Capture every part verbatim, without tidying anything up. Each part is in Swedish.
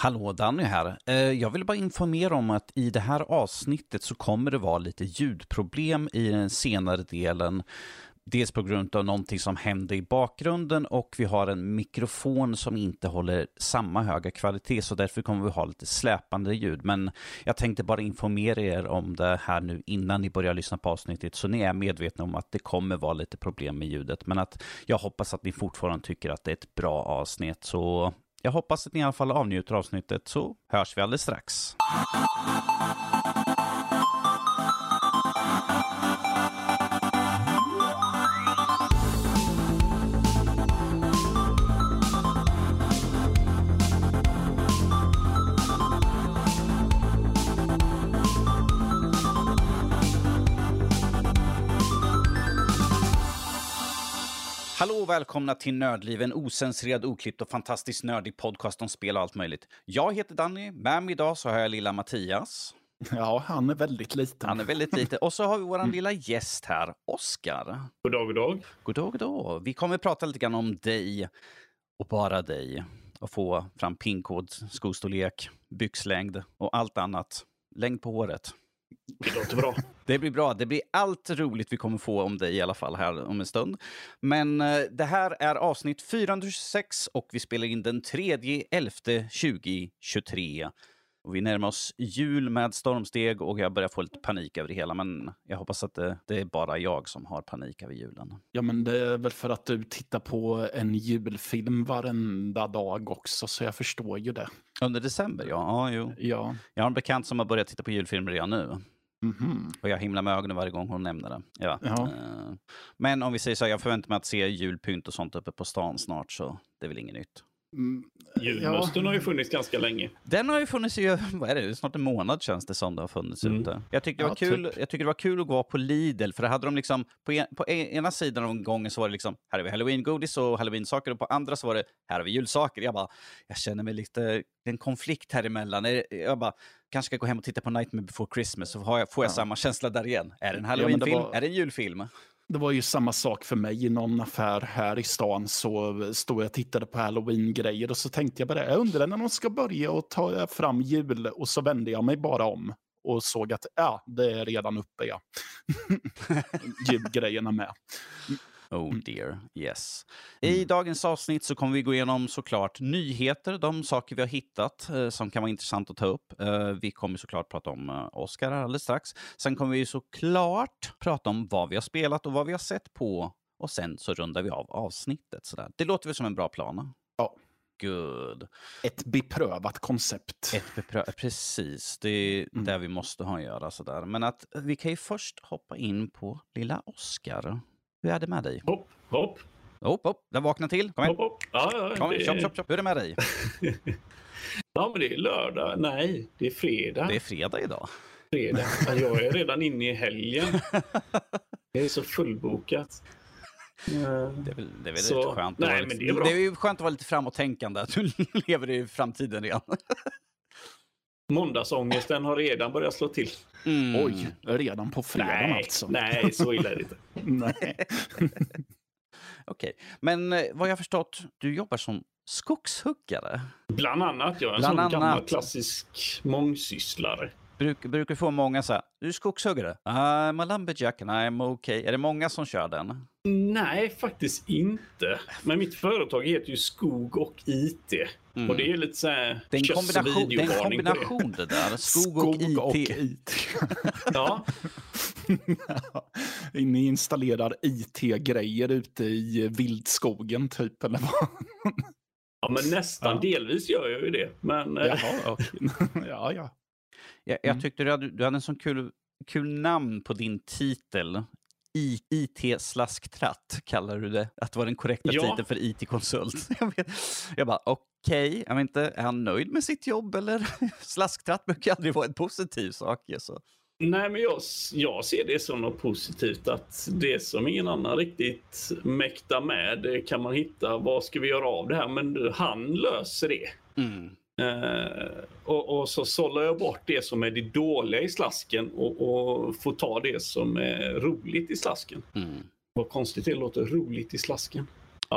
Hallå, Danny här. Jag vill bara informera om att i det här avsnittet så kommer det vara lite ljudproblem i den senare delen. Dels på grund av någonting som hände i bakgrunden och vi har en mikrofon som inte håller samma höga kvalitet, så därför kommer vi ha lite släpande ljud. Men jag tänkte bara informera er om det här nu innan ni börjar lyssna på avsnittet, så ni är medvetna om att det kommer vara lite problem med ljudet. Men att jag hoppas att ni fortfarande tycker att det är ett bra avsnitt, så jag hoppas att ni i alla fall avnjuter avsnittet, så hörs vi alldeles strax. Hallå och välkomna till Nördliv, en osensurerad, oklippt och fantastiskt nördig podcast om spel och allt möjligt. Jag heter Danny, med mig idag så har jag lilla Mattias. Ja, han är väldigt liten. Han är väldigt liten. Och så har vi våran lilla gäst här, Oskar. God dag, god dag. God dag, god dag. Vi kommer att prata lite grann om dig och bara dig. Och få fram pinkod, skostorlek, byxlängd och allt annat. Längd på håret. Det låter bra. Det blir bra. Det blir allt roligt vi kommer få om dig i alla fall här om en stund. Men eh, det här är avsnitt fyrahundratjugosex och vi spelar in den tredje elfte tjugohundratjugotre. Och vi närmar oss jul med stormsteg och jag börjar få lite panik över det hela. Men jag hoppas att det, det är bara jag som har panik över julen. Ja, men det är väl för att du tittar på en julfilm varenda dag också, så jag förstår ju det. Under december, ja. ja jo. Ja. Jag har en bekant som har börjat titta på julfilmer redan nu. Mm-hmm. Och jag himlar med ögonen varje gång hon nämner det. Ja. Ja. Uh, men om vi säger så, jag förväntar mig att se julpynt och sånt uppe på stan snart, så det är väl inget nytt. Mm, Julmusten ja. har ju funnits ganska länge. Den har ju funnits i, vad är det, snart en månad känns det som det har funnits mm. ute. Jag tyckte det var ja, kul, typ. jag tyckte det var kul att gå på Lidl, för det hade de liksom, på, en, på ena sidan av gången så var det liksom, här har vi Halloween-godis och Halloween-saker, och på andra så var det, här har vi julsaker. Jag bara, jag känner mig lite, en konflikt här emellan. Jag bara, kanske ska gå hem och titta på Nightmare Before Christmas, så får jag, får jag ja. samma känsla där igen. Är det en Halloween-film? Ja, var... Är det en julfilm? Det var ju samma sak för mig i någon affär här i stan, så stod jag och tittade på Halloween-grejer och så tänkte jag bara, jag undrar när de ska börja och ta fram jul, och så vände jag mig bara om och såg att ja, det är redan uppe, ja. Julgrejerna med. Oh dear, yes. I dagens avsnitt så kommer vi gå igenom såklart nyheter, de saker vi har hittat eh, som kan vara intressant att ta upp. Eh, vi kommer såklart prata om eh, Oscar alldeles strax. Sen kommer vi såklart prata om vad vi har spelat och vad vi har sett på. Och sen så rundar vi av avsnittet. Sådär. Det låter väl som en bra plan? Ja. Good. Ett beprövat koncept. Ett beprövat, precis. Det är mm. där vi måste ha att göra sådär. Men att vi kan ju först hoppa in på lilla Oscar. Hur är det med dig? Hopp, hopp. Hopp, hopp. Den vaknar till. Kom igen. Hopp, hopp. Ja, ja, Kom, det... chop, chop, chop. Hur är det med dig? Ja, men det är lördag. Nej, det är fredag. Det är fredag idag. Fredag. Jag är redan inne i helgen. Jag är så fullbokat. Det är väl, det är väl så... lite skönt. Nej, att men det är bra. Det är ju skönt att vara lite framåttänkande. Att du lever i framtiden redan. Måndagsångesten har redan börjat slå till. Mm. Oj, redan på fredagen nej, alltså. Nej, så illa är det inte. Nej. Okej, men vad jag har förstått, du jobbar som skogshuggare. Bland annat, jag är en Bland sån annat. gammal klassisk mångsysslare. Bruk, brukar få många så här, du är skogshuggare? I'm a lumberjack and I'm okay. Är det många som kör den? Nej, faktiskt inte. Men mitt företag heter ju Skog och I T. Mm. Och det är lite så här... Det är en kombination, det är en kombination det. det där. Skog, Skog och I T. Och I T. Ja. Ni installerar I T-grejer ute i vildskogen typ, eller vad? Ja, men nästan. Ja. Delvis gör jag ju det. Men... Jaha, okej. ja, ja. Jag, jag tyckte du hade, du hade en sån kul, kul namn på din titel. I T-slasktratt kallar du det. Att det var den korrekta ja. titeln för I T-konsult. Jag, vet, jag bara, okej. Okay, jag vet inte, är han nöjd med sitt jobb? Eller slasktratt brukar aldrig vara en positiv sak. Så. Nej, men jag, jag ser det som något positivt. Att det som ingen annan riktigt mäktar med, det kan man hitta. Vad ska vi göra av det här? Men han löser det. Mm. Uh, och, och så sållar jag bort det som är det dåliga i slasken och, och får ta det som är roligt i slasken. Mm. Vad konstigt det låter, roligt i slasken. Ja,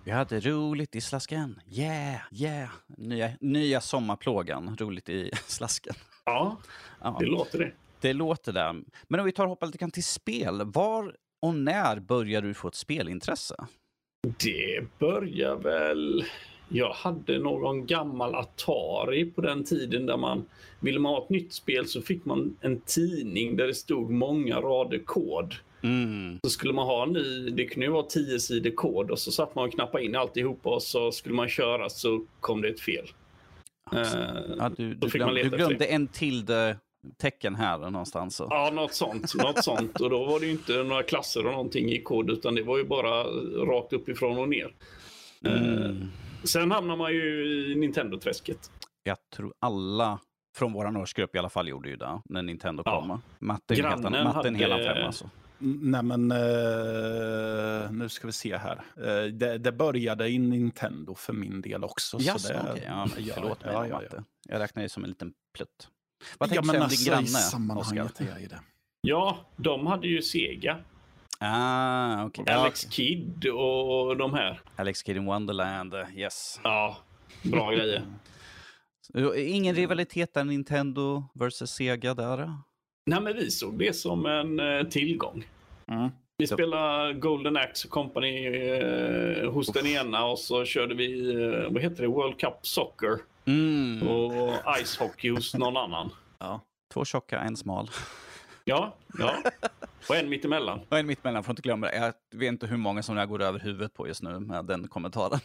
Vi hade roligt i slasken. Yeah, yeah. Nya, nya sommarplågan. Roligt i slasken. Ja, ja, det låter det. Det låter det. Men om vi tar och hoppar lite grann till spel. Var och när började du få ett spelintresse? Det börjar väl... Jag hade någon gammal Atari på den tiden där man ville man ha ett nytt spel så fick man en tidning där det stod många rader kod. Mm. Så skulle man ha en ny, det kunde ju vara tio sidor kod och så satt man och knappade in alltihopa och så skulle man köra så kom det ett fel. Alltså, uh, ja, du, du, glöm, du glömde en tilde tecken här någonstans. Så. Ja, något sånt, något sånt. Och då var det ju inte några klasser och någonting i kod utan det var ju bara rakt uppifrån och ner. Mm. Uh, sen hamnar man ju i Nintendo-träsket. Jag tror alla från våran årsgrupp i alla fall gjorde ju det när Nintendo ja. kom. Matten, Grannen matten hade... hela fem alltså. Nej men uh, nu ska vi se här. Uh, det, det började i Nintendo för min del också. Yes, så det, okay. ja, ja, förlåt mig. Ja, ja, ja. Jag räknar det som en liten plutt. Vad ja, tänker du om alltså, din granne, sammanhanget är i det. Ja, de hade ju Sega. Ah, okay. Alex ja. Kidd och de här. Alex Kidd in Wonderland, yes. Ja, bra grejer. Ingen rivalitet där Nintendo versus Sega där? Nej, men vi såg det som en uh, tillgång. Mm. Vi spelade Golden Axe Company uh, hos Uff. den ena och så körde vi, uh, vad heter det, World Cup Soccer. Mm. Och Ice Hockey hos någon annan. Ja. Två tjocka, en smal. Ja, ja. Och en mittemellan. Och en mittemellan, får inte glömma det. Jag vet inte hur många som jag går över huvudet på just nu med den kommentaren.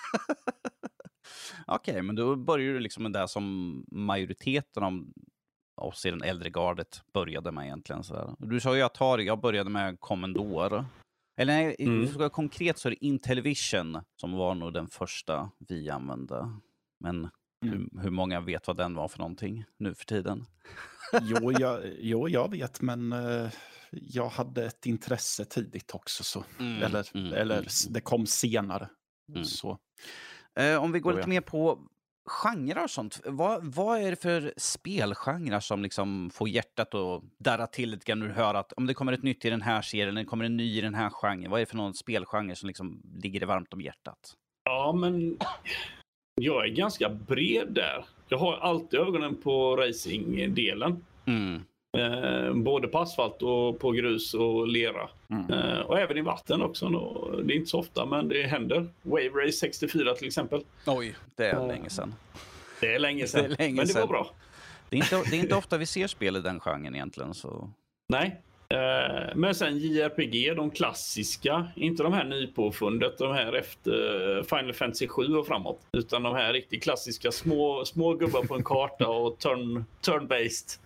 Okej, okay, men då börjar du liksom med det som majoriteten av oss i den äldre gardet började med egentligen. Så du sa ju Atari, jag började med Commodore. Eller nej, mm. för konkret så är det Intellivision som var nog den första vi använde. Men mm. hur, hur många vet vad den var för någonting nu för tiden? jo, jag, jo, jag vet, men uh, jag hade ett intresse tidigt också. Så. Mm. Eller, mm. eller det kom senare. Mm. Så. Uh, om vi går lite mer på genrer och sånt. Vad, vad är det för spelgenrer som liksom får hjärtat att darra till lite grann när du hör att om det kommer ett nytt i den här serien eller det kommer en ny i den här genren. Vad är det för någon spelgenre som liksom ligger det varmt om hjärtat? Ja, men jag är ganska bred där. Jag har alltid ögonen på racingdelen. Mm. Eh, både på asfalt och på grus och lera. Mm. Eh, och även i vatten också. Då. Det är inte så ofta, men det händer. Wave Race sextiofyra till exempel. Oj, det är uh, länge sedan. Det är länge sedan, det är länge men det sedan. Var bra. Det är, inte, det är inte ofta vi ser spel i den genren egentligen. Så. Nej. Eh, men sen J R P G, de klassiska. Inte de här nypåfundet, de här efter Final Fantasy sju och framåt. Utan de här riktigt klassiska små, små gubbar på en karta och turn, turn-based.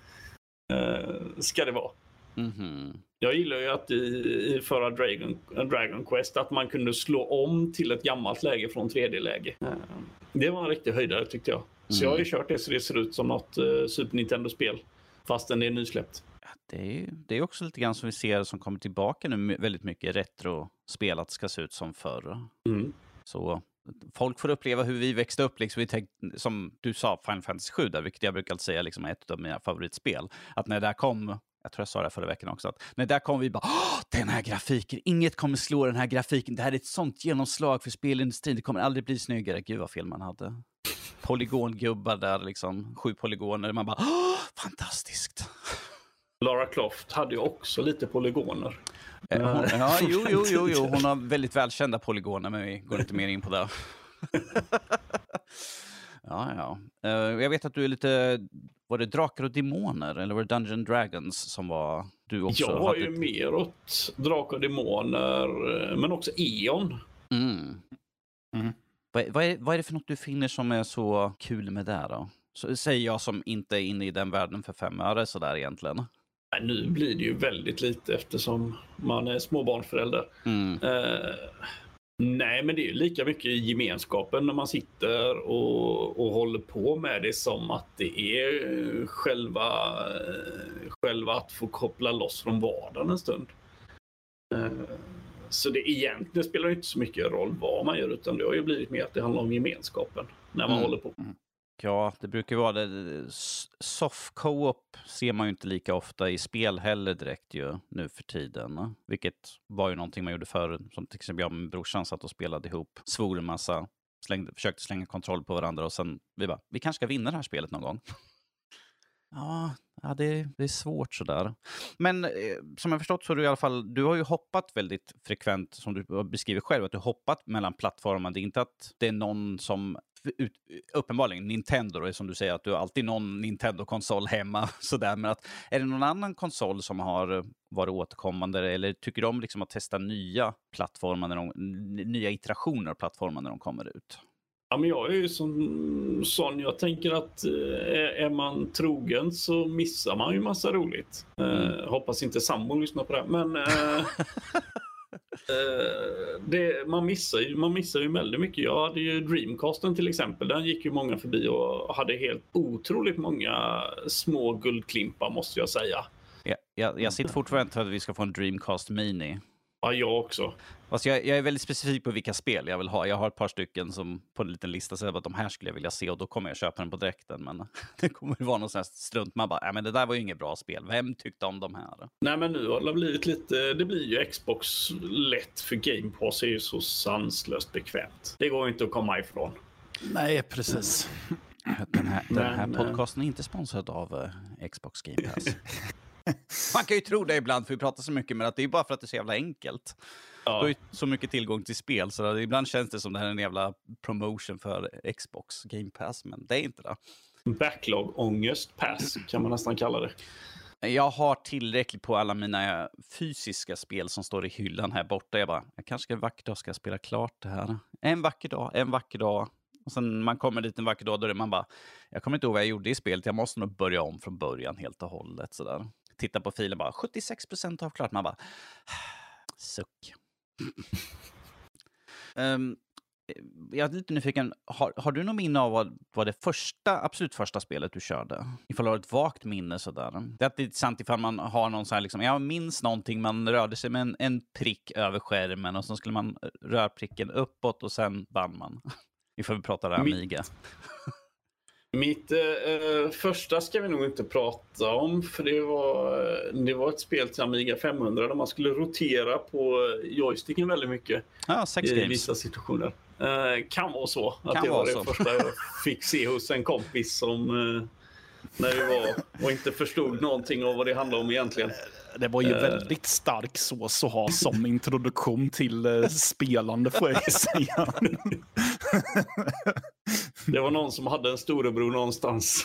Uh, ska det vara. Mm-hmm. Jag gillar ju att i, i förra Dragon, Dragon Quest att man kunde slå om till ett gammalt läge från tredje läge. Uh, det var en riktig höjdare tyckte jag. Så mm. jag har ju kört det så det ser ut som något uh, Super Nintendo-spel fastän det är nysläppt. Ja, det, är, det är också lite grann som vi ser som kommer tillbaka nu väldigt mycket retro-spel att ska se ut som förr. Mm. Så folk får uppleva hur vi växte upp, liksom, vi tänkte, som du sa, Final Fantasy sju, där, vilket jag brukar säga liksom, är ett av mina favoritspel. Att när det där kom, jag tror jag sa det förra veckan också, att när det där kom vi bara, den här grafiken, inget kommer slå den här grafiken, det här är ett sånt genomslag för spelindustrin, det kommer aldrig bli snyggare. Gud vad fel man hade. Polygongubbar där, liksom, sju polygoner, man bara, fantastiskt. Lara Croft hade ju också lite polygoner. Hon, ja, jo, jo, jo, jo, hon har väldigt välkända polygoner, men vi går inte mer in på det. ja, ja. Uh, jag vet att du är lite, var det Drakar och Demoner, eller var det Dungeons Dragons som var, du också jag var hade ju ett... mer åt Drakar och Demoner, men också Eon. Mm. Mm. Vad, vad, är, vad är det för något du finner som är så kul med det då? Så säger jag som inte är inne i den världen för fem öre sådär egentligen. Nu blir det ju väldigt lite eftersom man är småbarnförälder. Mm. Eh, nej, men det är ju lika mycket gemenskapen när man sitter och, och håller på med det som att det är själva, själva att få koppla loss från vardagen en stund. Eh, så det egentligen spelar inte så mycket roll vad man gör, utan det har ju blivit mer att det handlar om gemenskapen när man mm. håller på. Ja, det brukar vara det. Soft co-op ser man ju inte lika ofta i spel heller direkt ju nu för tiden. Vilket var ju någonting man gjorde förr. Som till exempel jag och min brorsan satt och spelade ihop. Svor en massa. Slängde, försökte slänga kontroll på varandra och sen vi bara, vi kanske ska vinna det här spelet någon gång. Ja, ja det, det är svårt sådär. Men eh, som jag förstått så har du i alla fall, du har ju hoppat väldigt frekvent, som du beskriver själv, att du har hoppat mellan plattformar. Det är inte att det är någon som, ut, uppenbarligen Nintendo, är som du säger, att du har alltid någon Nintendo-konsol hemma. Sådär. Men att, är det någon annan konsol som har varit återkommande, eller tycker du om liksom att testa nya plattformar, när de, nya iterationer av plattformar när de kommer ut? Ja, men jag är ju som sån, jag tänker att eh, är man trogen så missar man ju massa roligt. Eh, mm. Hoppas inte sambon lyssnar på det, men eh, eh, det, man, missar ju, man missar ju väldigt mycket. Jag hade ju Dreamcasten till exempel, den gick ju många förbi och hade helt otroligt många små guldklimpar måste jag säga. Ja, jag, jag sitter fortfarande för att vi ska få en Dreamcast Mini. Ja, jag också. Fast jag, jag är väldigt specifik på vilka spel jag vill ha. Jag har ett par stycken som på en liten lista säger att de här skulle jag vilja se och då kommer jag köpa den på direkten. Men det kommer ju vara någon sån här strunt. Man bara, nej men det där var ju inget bra spel. Vem tyckte om de här? Nej men nu har det blivit lite, det blir ju Xbox lätt för Game Pass är ju så sanslöst bekvämt. Det går ju inte att komma ifrån. Nej, precis. Den här, den här men, podcasten är inte sponsrad av uh, Xbox Game Pass. Man kan ju tro det ibland för vi pratar så mycket, men att det är bara för att det är så jävla enkelt. Ja. Du har ju så mycket tillgång till spel så det, ibland känns det som det här är en jävla promotion för Xbox Game Pass, men det är inte det. Backlog-ångest pass kan man nästan kalla det. Jag har tillräckligt på alla mina fysiska spel som står i hyllan här borta. Jag bara, jag kanske ska en vacker dag ska spela klart det här. En vacker dag, en vacker dag. Och sen man kommer dit en vacker dag då är man bara, jag kommer inte ihåg vad jag gjorde i spelet. Jag måste nog börja om från början helt och hållet sådär. Titta på filen bara, sjuttiosex procent av klart. Man bara, suck. um, jag är lite nyfiken, har, har du någon minne av vad, vad det första, absolut första spelet du körde? Ifall du har ett vagt minne sådär. Det är inte sant ifall man har någon sån här, liksom, jag minns någonting, man rörde sig med en, en prick över skärmen och så skulle man röra pricken uppåt och sen vann man. Ifall vi pratar Amiga. Mitt eh, första ska vi nog inte prata om för det var, det var ett spel till Amiga femhundra där man skulle rotera på joysticken väldigt mycket. Ja, sex i games. Vissa situationer. Eh, kan vara så att kan det var det så. första jag fick se hos en kompis som eh, när vi var och inte förstod någonting av vad det handlade om egentligen. Det var ju väldigt stark sås att ha som introduktion till uh, spelande får jag säga. Det var någon som hade en storebror någonstans.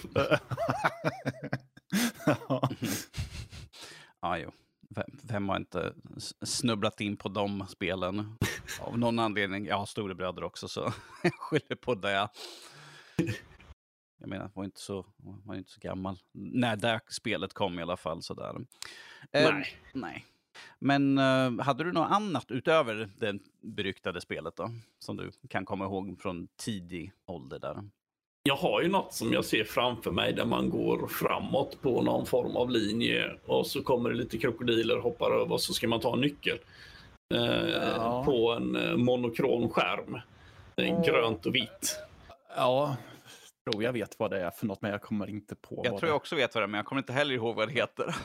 Ja, jo. Vem har inte snubblat in på de spelen? Av någon anledning. Jag har storebröder också så jag skyller på det. Jag menar, var inte så, var inte så gammal. När det spelet kom i alla fall sådär. Nej. Eh, nej. Men uh, hade du något annat utöver det beryktade spelet då? Som du kan komma ihåg från tidig ålder där? Jag har ju något som jag ser framför mig där man går framåt på någon form av linje och så kommer det lite krokodiler hoppar över och så ska man ta en nyckel eh, ja. på en monokrom skärm. Mm. Grönt och vitt. Ja, jag tror jag vet vad det är för något men jag kommer inte på jag vad tror det... jag också vet vad det är men jag kommer inte heller ihåg vad det heter.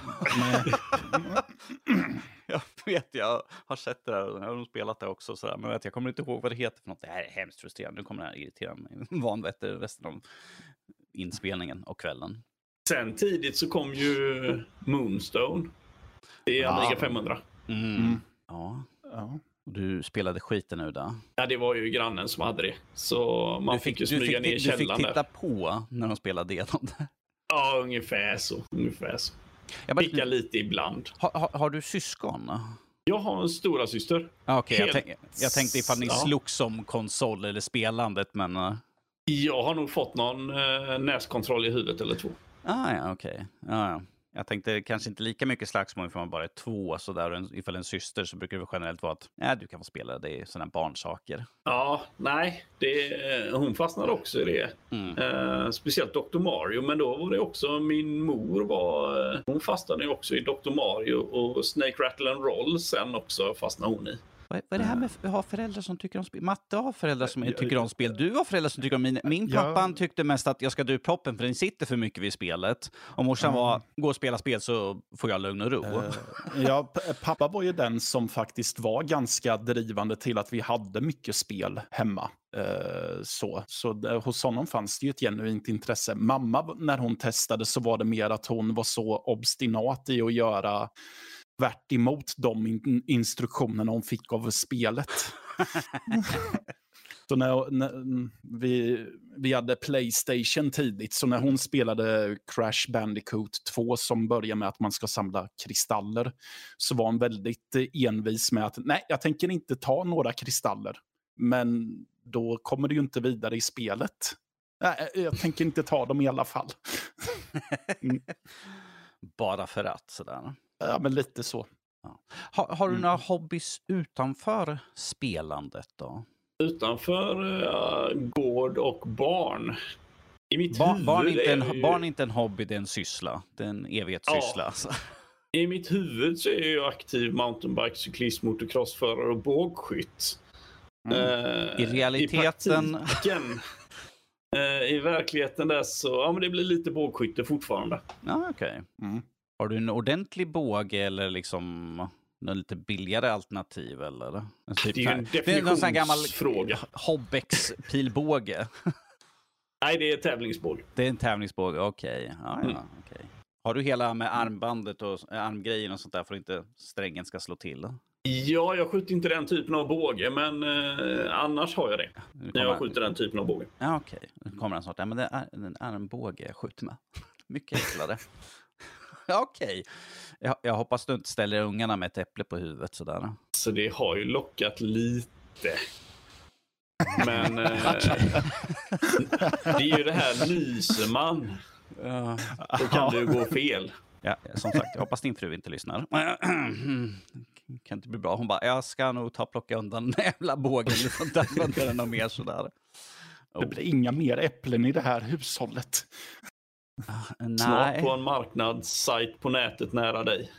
Jag vet, jag har sett det där och jag har spelat det också sådär, men vet, jag kommer inte ihåg vad det heter för något. Det här är hemskt frustrerande, nu kommer det här irritera mig vanvettigt resten av inspelningen och kvällen. Sen tidigt så kom ju Moonstone i Amiga femhundra. Mm. Mm. Ja. Ja. Du spelade skiten nu då? Ja, det var ju grannen som hade det. Så man du fick, fick ju smyga fick, ner i källaren. Du fick titta på när de spelade igenom det? Ja, ungefär så. Ungefär så. Jag bara, Picka lite ibland. Har, har, har du syskon? Jag har en stora syster. Ah, okay. jag, tänk, jag tänkte ifall ni ja. slogs som konsol eller spelandet, men... Uh... Jag har nog fått någon uh, N E S-kontroll i huvudet eller två. Ah, ja, okej. Okay. Ah, ja. Jag tänkte kanske inte lika mycket slagsmål ifall man bara är två så där, och ifall en syster så brukar det generellt vara att ja, du kan få spela, det är sådana barnsaker. Ja, nej, det, hon fastnade också i det. Mm. Eh, speciellt doktor Mario, men då var det också min mor var, hon fastnade också i doktor Mario och Snake Rattle and Roll sen också fastnade hon i. Vad är det här med att ha föräldrar som tycker om spel? Matte har föräldrar som tycker om spel. Du har föräldrar som tycker om min. Min pappa ja. tyckte mest att jag ska dra upp proppen för den sitter för mycket vid spelet. Om morsan mm. var, gå och spela spel så får jag lugn och ro. Uh, ja, pappa var ju den som faktiskt var ganska drivande till att vi hade mycket spel hemma. Uh, så så det, hos honom fanns det ju ett genuint intresse. Mamma, när hon testade så var det mer att hon var så obstinat i att göra värt emot de in- instruktionerna hon fick av spelet. Så när, när vi, vi hade PlayStation tidigt, så när hon spelade Crash Bandicoot två som börjar med att man ska samla kristaller, så var hon väldigt envis med att nej, jag tänker inte ta några kristaller. Men då kommer du ju inte vidare i spelet. Nej, jag tänker inte ta dem i alla fall. Mm. Bara för att sådär. Ja, men lite så. Ja. Har, har du mm. några hobbys utanför spelandet då? Utanför uh, gård och barn. I mitt ba- huvud barn, är inte en, är ju... barn är inte en hobby, det är en syssla. Det är en evighetssyssla. Ja. Alltså. I mitt huvud så är jag aktiv mountainbike, cyklist, motocrossförare och bågskytt. Mm. Uh, I realiteten... I praktiken, uh, i verkligheten där så ja, men det blir lite bågskytte fortfarande. Ja, okej. Okay. Mm. Har du en ordentlig båge eller liksom något lite billigare alternativ? Eller? Typ det är ju en definitionsfråga. Hobbex pilbåge. Nej, det är tävlingsbåge. Det är en tävlingsbåge, okej. Okay. Ja, ja, mm. okay. Har du hela med armbandet och armgrejen och sånt där för att inte strängen ska slå till? Ja, jag skjuter inte den typen av båge, men eh, annars har jag det. När jag skjuter den typen av båge. Ja, okej. Okay. Nu kommer den snart. Ja, men det är en armbåge jag skjuter med. Mycket enklare. Okej. Okay. Jag, jag hoppas du inte ställer ungarna med ett äpple på huvudet sådär. Så det har ju lockat lite. Men eh, det är ju det här, lyser man. Då kan det ju gå fel. Ja, som sagt, jag hoppas din fru inte lyssnar. Kan inte bli bra. Hon bara, jag ska nog ta plocka undan den jävla bågen. Du får inte använda den och mer sådär. Oh. Det blir inga mer äpplen i det här hushållet. Uh, nej. Snart på en marknadssajt på nätet nära dig.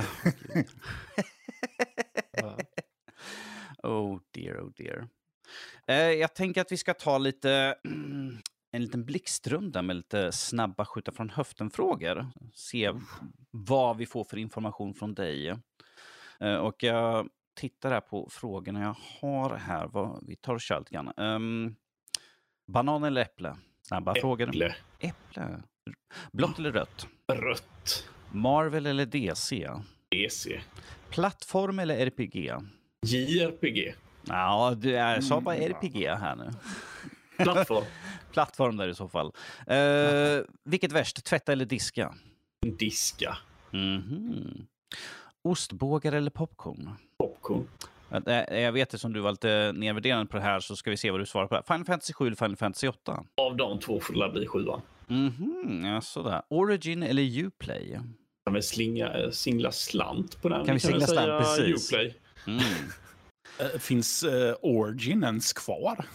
Oh dear, oh dear. Uh, jag tänker att vi ska ta lite en liten blixtrunda med lite snabba skjuta från höften-frågor. Se vad vi får för information från dig. Uh, och jag tittar här på frågorna jag har här. Vad, vi tar och kör lite grann. Um, banan eller äpple? Snabba äpple. frågor. Äpple. Blått eller rött? Rött. Marvel eller D C? D C. Plattform eller R P G? J R P G. Ja, du är, sa bara R P G här nu. Plattform. Plattform där i så fall. Uh, vilket värst? Tvätta eller diska? Diska. Mm-hmm. Ostbågar eller popcorn? Popcorn. Jag vet det, som du var lite nedvärderande på det här, så ska vi se vad du svarar på det. Final Fantasy sju eller Final Fantasy åtta? Av de två får det bli sjuan. Mhm, ja, sådär. Origin eller Uplay? Kan vi slinga, singla slant på den? Kan vi singla slant, precis. Uplay. Mm. Finns uh, Origin ens kvar?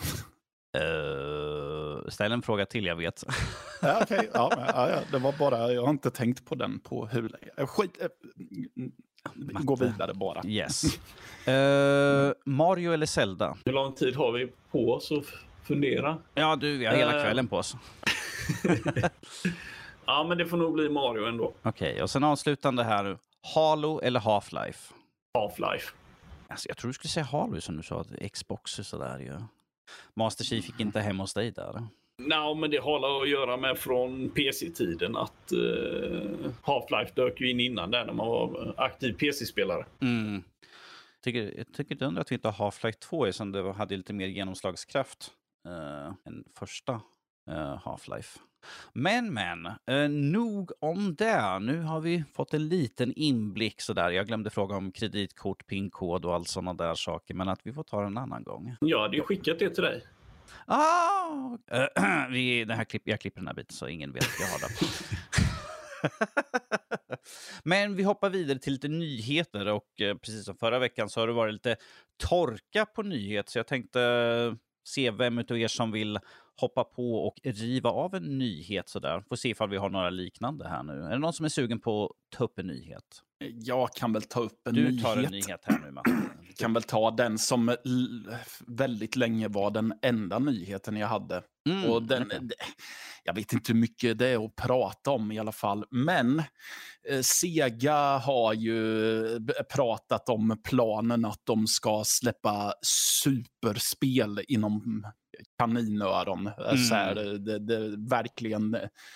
Uh, ställ en fråga till, jag vet. Ja, okej. Okay. Ja, ja, ja, det var bara, jag har inte tänkt på den på hur länge. Skit, uh, gå vidare bara. Yes. Uh, Mario eller Zelda? Hur lång tid har vi på oss att fundera? Ja, du, vi har hela kvällen på oss. Ja, men det får nog bli Mario ändå. Okej, okay, och sen avslutande här. Halo eller Half-Life? Half-Life. Alltså, jag tror du skulle säga Halo som du sa. Att Xbox är sådär ju. Ja. Master Chief fick inte hem hos dig där. Nej, no, men det har att göra med från P C-tiden att uh, Half-Life dök ju in innan där när man var aktiv P C-spelare. Mm. Tycker, jag tycker du undrar att vi inte har Half-Life två som det hade lite mer genomslagskraft uh, än första uh, Half-Life. Men, men, uh, nog om det. Nu har vi fått en liten inblick sådär. Jag glömde fråga om kreditkort, pinkod och allt sådana där saker. Men att vi får ta det en annan gång. Ja, det är skickat det till dig. Ah, uh, vi, den här klipp, jag klipper den här biten så ingen vet att jag har det. Men vi hoppar vidare till lite nyheter. Och uh, precis som förra veckan så har det varit lite torka på nyheter. Så jag tänkte uh, se vem av er som vill hoppa på och riva av en nyhet sådär. Får se ifall vi har några liknande här nu. Är det någon som är sugen på att ta upp en nyhet? Jag kan väl ta upp en du nyhet. Du tar en nyhet här nu, Matt. Kan väl ta den som l- väldigt länge var den enda nyheten jag hade. Mm, och den, okay. Jag vet inte hur mycket det är att prata om i alla fall. Men eh, Sega har ju pratat om planen att de ska släppa superspel inom kaninöron. Mm. Så här, det, det verkligen...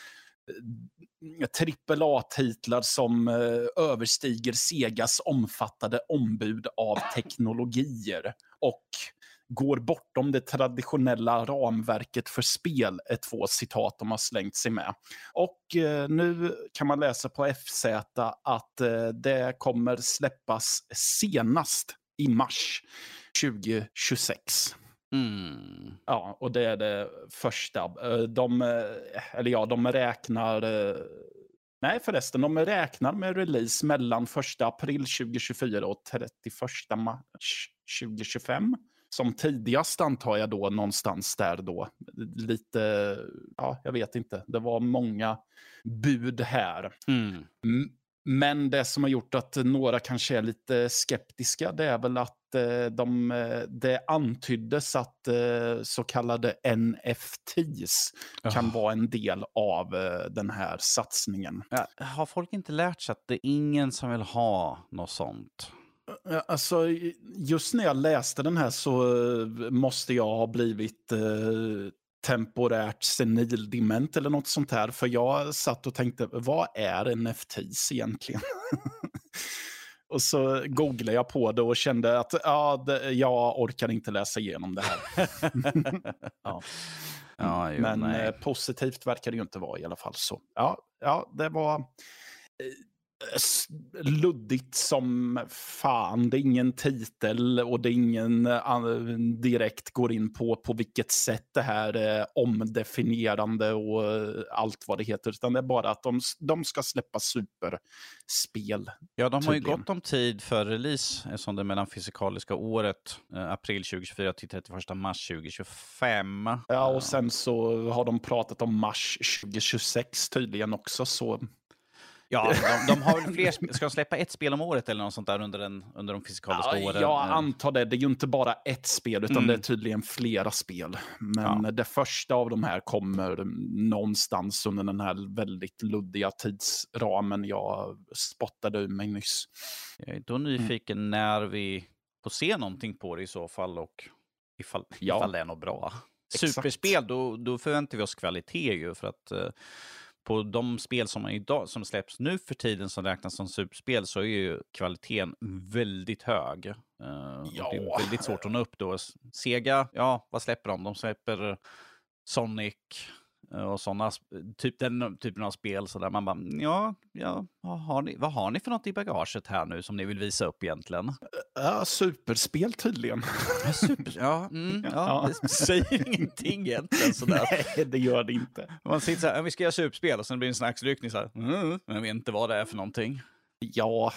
trippel A-titlar som eh, överstiger Segas omfattade ombud av teknologier och går bortom det traditionella ramverket för spel, är två citat de har slängt sig med. Och eh, nu kan man läsa på F Z att eh, det kommer släppas senast i mars tjugo tjugosex. Mm. Ja, och det är det första. De, eller ja, de räknar... Nej förresten, de räknar med release mellan första april tjugo tjugofyra och trettioförsta mars tjugo tjugofem. Som tidigast antar jag då någonstans där då. Lite, ja jag vet inte. Det var många bud här. Mm. Men det som har gjort att några kanske är lite skeptiska, det är väl att de, det antyddes att så kallade N F Ts kan oh. vara en del av den här satsningen. Ja, har folk inte lärt sig att det är ingen som vill ha något sånt? Alltså, just när jag läste den här så måste jag ha blivit... temporärt senildement eller något sånt här. För jag satt och tänkte, vad är N F Ts egentligen? Och så googlade jag på det och kände att ja, det, jag orkar inte läsa igenom det här. ja. Ja, jo, Men nej. positivt verkar det ju inte vara i alla fall. Så ja, ja det var... Eh, luddigt som fan. Det är ingen titel och det är ingen uh, direkt går in på på vilket sätt det här är omdefinierande och uh, allt vad det heter, utan det är bara att de, de ska släppa superspel. Ja, de har ju tydligen. gått om tid för release eftersom det är mellan fysikaliska året uh, april tjugo tjugofyra till trettioförsta mars tjugo tjugofem. Ja, och sen så har de pratat om mars tjugo tjugosex tydligen också, så ja, de, de har väl fler, ska de släppa ett spel om året eller något sånt där under, den, under de fysikaliska ja, åren? Jag antar det. Det är ju inte bara ett spel utan mm. det är tydligen flera spel. Men ja. det första av de här kommer någonstans under den här väldigt luddiga tidsramen jag spottade ur mig nyss. Jag är då nyfiken mm. när vi får se någonting på det i så fall och ifall, ja. ifall det är något bra. Exakt. Superspel, då, då förväntar vi oss kvalitet ju för att... Uh, på de spel som, idag, som släpps nu för tiden som räknas som superspel så är ju kvaliteten väldigt hög. Uh, ja. Det är väldigt svårt att nå upp då. Sega, ja, vad släpper de? De släpper Sonic och sådana, typ den typen av spel så där man bara, ja, ja vad, har ni, vad har ni för något i bagaget här nu som ni vill visa upp egentligen? Ja, superspel tydligen. Ja, super, ja, mm, ja, det säger ingenting egentligen sådär. Nej, det gör det inte. Man sitter så här, vi ska göra superspel och sen blir det en sån axelryckning så här, mm, jag vet inte vad det är för någonting. Ja,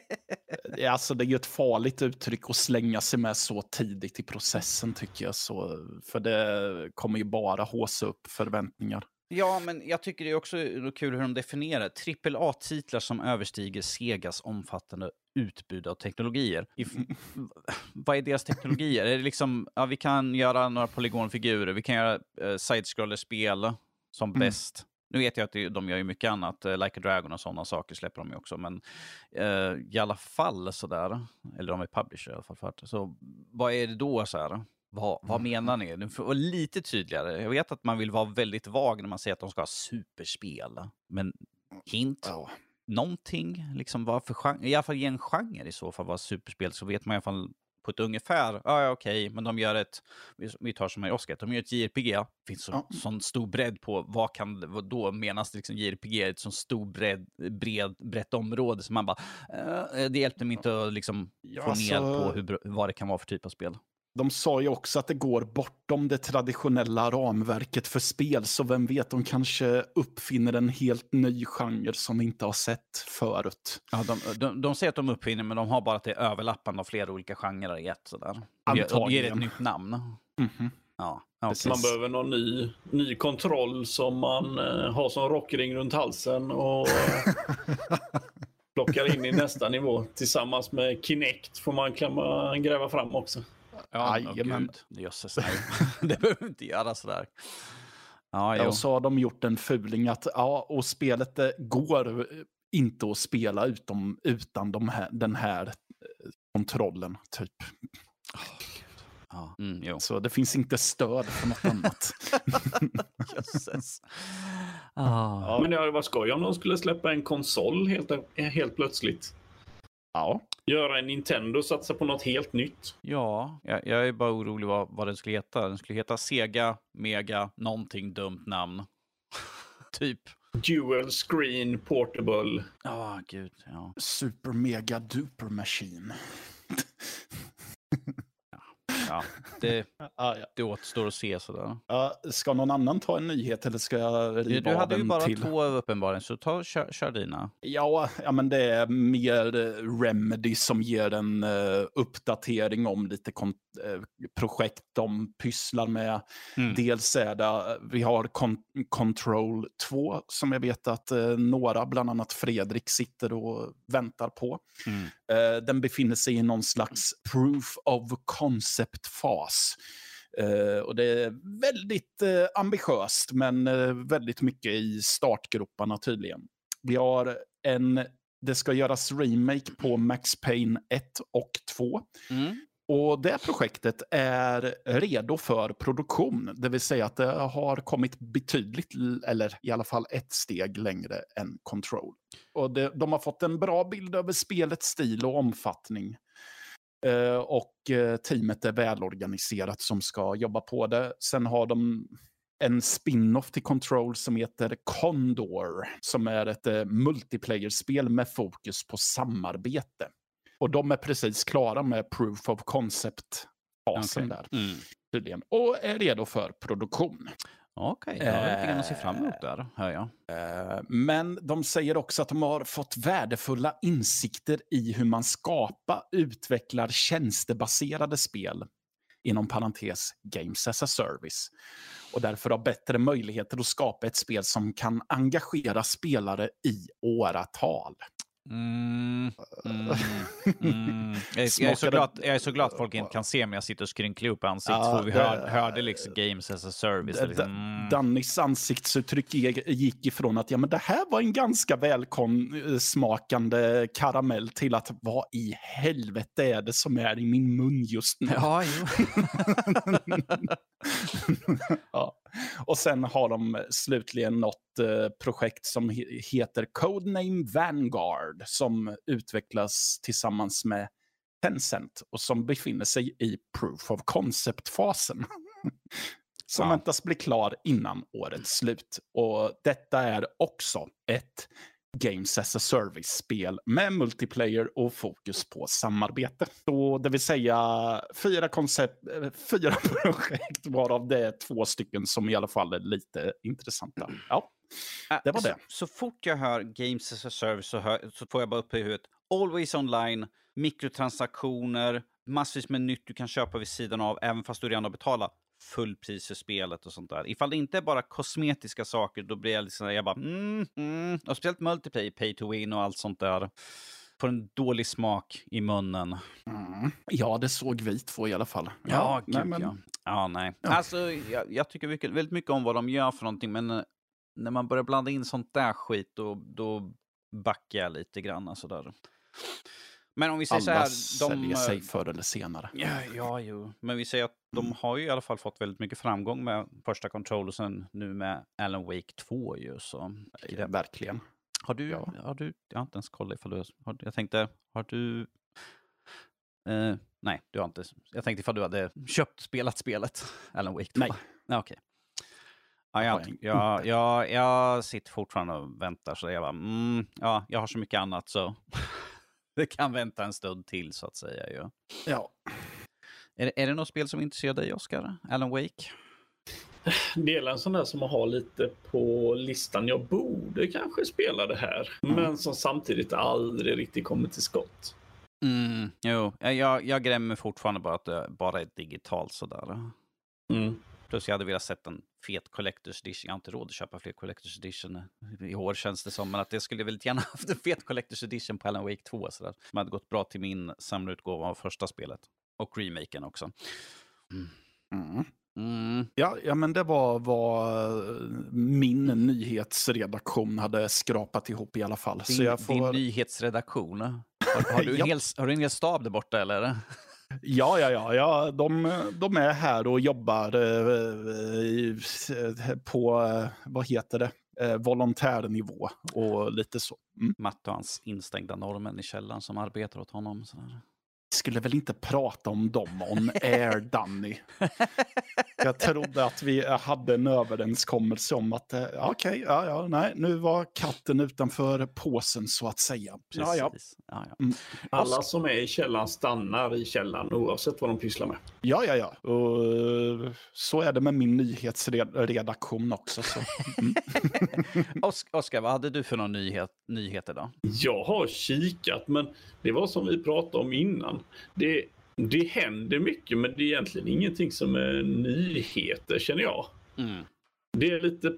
alltså det är ju ett farligt uttryck att slänga sig med så tidigt i processen tycker jag. Så, för det kommer ju bara håsa upp förväntningar. Ja, men jag tycker det är också kul hur de definierar trippel A-titlar som överstiger Segas omfattande utbud av teknologier. If- vad är deras teknologier? Är det liksom, ja, vi kan göra några polygonfigurer, vi kan göra uh, side-scroller-spel som mm. bäst. Nu vet jag att de gör ju mycket annat, Like a Dragon och sådana saker släpper de ju också, men uh, i alla fall sådär, eller de är publisher i alla fall för det. Så vad är det då så här? Vad, vad menar ni? Nu får vara lite tydligare. Jag vet att man vill vara väldigt vag när man säger att de ska ha superspel, men hint, ja. någonting, liksom vad för genre, i alla fall ge en genre i så fall vad superspel, så vet man i alla fall på ett ungefär, ja okej, okay, men de gör ett, vi tar som i Oscar, de gör ett J R P G, det finns så, ja. sån stor bredd på, vad kan, vad då menas det liksom J R P G, ett sån stor bredd, bred, brett område, så man bara, äh, det hjälpte mig inte att liksom ja, få ner så... på hur, vad det kan vara för typ av spel. De sa ju också att det går bortom det traditionella ramverket för spel, så vem vet, de kanske uppfinner en helt ny genre som vi inte har sett förut. Ja, de, de, de säger att de uppfinner, men de har bara att det är överlappande av flera olika genrer i ett sådär. Antagligen. De ger ett nytt namn. Mm-hmm. Ja. Okay. Man behöver någon ny, ny kontroll som man eh, har som rockring runt halsen och plockar in i nästa nivå. Tillsammans med Kinect får man klämma, gräva fram också. Ja, Aj, oh, men... det görs så det behöver inte göra sådär. Ja, ja, och så har de gjort en fuling att ja, och spelet det går inte att spela utom, utan de här, den här kontrollen typ. Oh, ja, mm, jo. Så det finns inte stöd för något annat. Jösses. Ah. Ja, men det hade varit skoj om de skulle släppa en konsol helt, helt plötsligt. Ja. Göra en Nintendo, satsa på något helt nytt. Ja, jag, jag är bara orolig vad, vad den skulle heta. Den skulle heta Sega, Mega, någonting dumt namn. Typ. Dual Screen Portable. Ja, oh, gud, ja. Super Mega Duper Machine. Ja, det, ah, ja. det återstår att se sådär. Ja, ska någon annan ta en nyhet eller ska jag riva Du hade ju bara till? två uppenbarligen, så ta, kör, kör dina. Ja, ja, men det är mer Remedy som ger en uh, uppdatering om lite kon- uh, projekt de pysslar med. Mm. Dels är det, vi har Con- Control två som jag vet att uh, några, bland annat Fredrik, sitter och väntar på. Mm. Uh, den befinner sig i någon slags proof of concept-fas. Uh, och det är väldigt uh, ambitiöst, men uh, väldigt mycket i startgroparna tydligen. Vi har en, det ska göras remake på Max Payne ett och två. Mm. Och det projektet är redo för produktion. Det vill säga att det har kommit betydligt, eller i alla fall ett steg längre än Control. Och det, de har fått en bra bild över spelets stil och omfattning. Uh, och uh, teamet är välorganiserat som ska jobba på det. Sen har de en spin-off till Control som heter Condor, som är ett uh, multiplayer-spel med fokus på samarbete. Och de är precis klara med proof of concept-fasen okay. där. Mm. Tydligen. Och är redo för produktion. Okej, okay, jag har lite grann att se fram emot där, hör jag. Men de säger också att de har fått värdefulla insikter i hur man skapar, utvecklar tjänstebaserade spel, inom parentes Games as a Service. Och därför har bättre möjligheter att skapa ett spel som kan engagera spelare i åratal. Mm, mm, mm. Jag, är, jag, är så glad, jag är så glad att folk inte kan se mig. Jag sitter och skrynklar upp ansiktet. Ja, för vi det, hör, hörde liksom Games as a Service. Det, liksom. mm. Dannys ansiktsuttryck gick ifrån att ja, men det här var en ganska välsmakande karamell till att vad i helvete är det som är i min mun just nu? Ja, jo. Ja. Och sen har de slutligen något eh, projekt som he- heter Codename Vanguard som utvecklas tillsammans med Tencent och som befinner sig i proof of concept-fasen. som ja. väntas bli klar innan årets slut. Och detta är också ett Games as a Service-spel med multiplayer och fokus på samarbete. Så det vill säga fyra koncept, fyra projekt, varav det är två stycken som i alla fall är lite intressanta. Ja, det var det. Så, så fort jag hör Games as a Service så, hör, så får jag bara upp i huvudet. Always online, mikrotransaktioner, massvis med nytt du kan köpa vid sidan av, även fast du redan har betalat fullpris för spelet och sånt där. Ifall det inte är bara kosmetiska saker, då blir jag liksom, jag bara mm, mm. Och speciellt multiplayer, pay to win och allt sånt där. Får en dålig smak i munnen. Mm. Ja, det såg vi två i alla fall. Ja, ja gud, nej, men... ja. Ja, nej. Ja. Alltså, jag, jag tycker mycket, väldigt mycket om vad de gör för någonting, men när man börjar blanda in sånt där skit, då, då backar jag lite grann. Sådär. Men om vi säger alla så här, de säljer sig förr eller senare. Ja, ja, jo. Men vi säger att de mm. har ju i alla fall fått väldigt mycket framgång med första Control och sen nu med Alan Wake två ju. Så. Ja, verkligen. Har du, ja. har du, jag har inte ens kollat ifall du, har, jag tänkte, har du, eh, nej, du har inte, jag tänkte ifall du hade köpt, spelat spelet, Alan Wake två. Nej. Nej, okej. Ja, jag, jag, jag, jag sitter fortfarande och väntar så jag bara, mm, ja, jag har så mycket annat så det kan vänta en stund till så att säga. Ja. Ja. Är, är det något spel som intresserar dig, Oscar? Alan Wake? Det är en sån där som man har lite på listan. Jag borde kanske spela det här. Mm. Men som samtidigt aldrig riktigt kommer till skott. Mm, jo, jag, jag grämmer fortfarande bara att det bara är digitalt sådär. Mm. Plus jag hade velat sett en fet Collector's Edition. Jag har inte råd att köpa fler Collector's Edition i år, känns det som. Men att det skulle väldigt gärna haft en fet Collector's Edition på Alan Wake två. Så där. Som hade gått bra till min samlarutgåva av första spelet. Och remaken också. Mm. Mm. Mm. Ja, ja, men det var vad min nyhetsredaktion hade skrapat ihop i alla fall. Din, så jag får... din nyhetsredaktion? Har, har, du en hel, har du en hel stab där borta eller? Ja, ja, ja, ja. De, de är här och jobbar eh, på, vad heter det, eh, volontärnivå och lite så. Mm. Matt och hans instängda norrmän i källaren som arbetar åt honom. Sådär. Skulle väl inte prata om dem on air, Danny. Jag trodde att vi hade en överenskommelse om att okej, okay, ja, ja, nej, nu var katten utanför påsen så att säga. Ja, ja. Ja, ja. Mm. Alla som är i källaren stannar i källaren oavsett vad de pysslar med. Ja, ja, ja. Och så är det med min nyhetsredaktion också. Så. Mm. Oskar, vad hade du för någon nyhet, nyheter då? Jag har kikat, men det var som vi pratade om innan. Det, det händer mycket, men det är egentligen ingenting som är nyheter, känner jag. Mm. Det är lite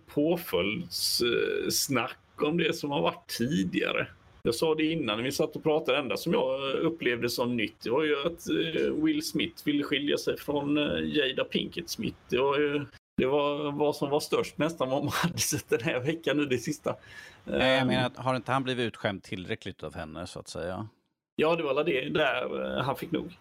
påföljdssnack om det som har varit tidigare. Jag sa det innan när vi satt och pratade. Det enda som jag upplevde som nytt det var ju att Will Smith ville skilja sig från Jada Pinkett Smith. Det var ju det var vad som var störst nästan vad man hade sett den här veckan nu det sista. Nej, jag menar, har inte han blivit utskämd tillräckligt av henne så att säga? Ja, det var alla det där han fick nog.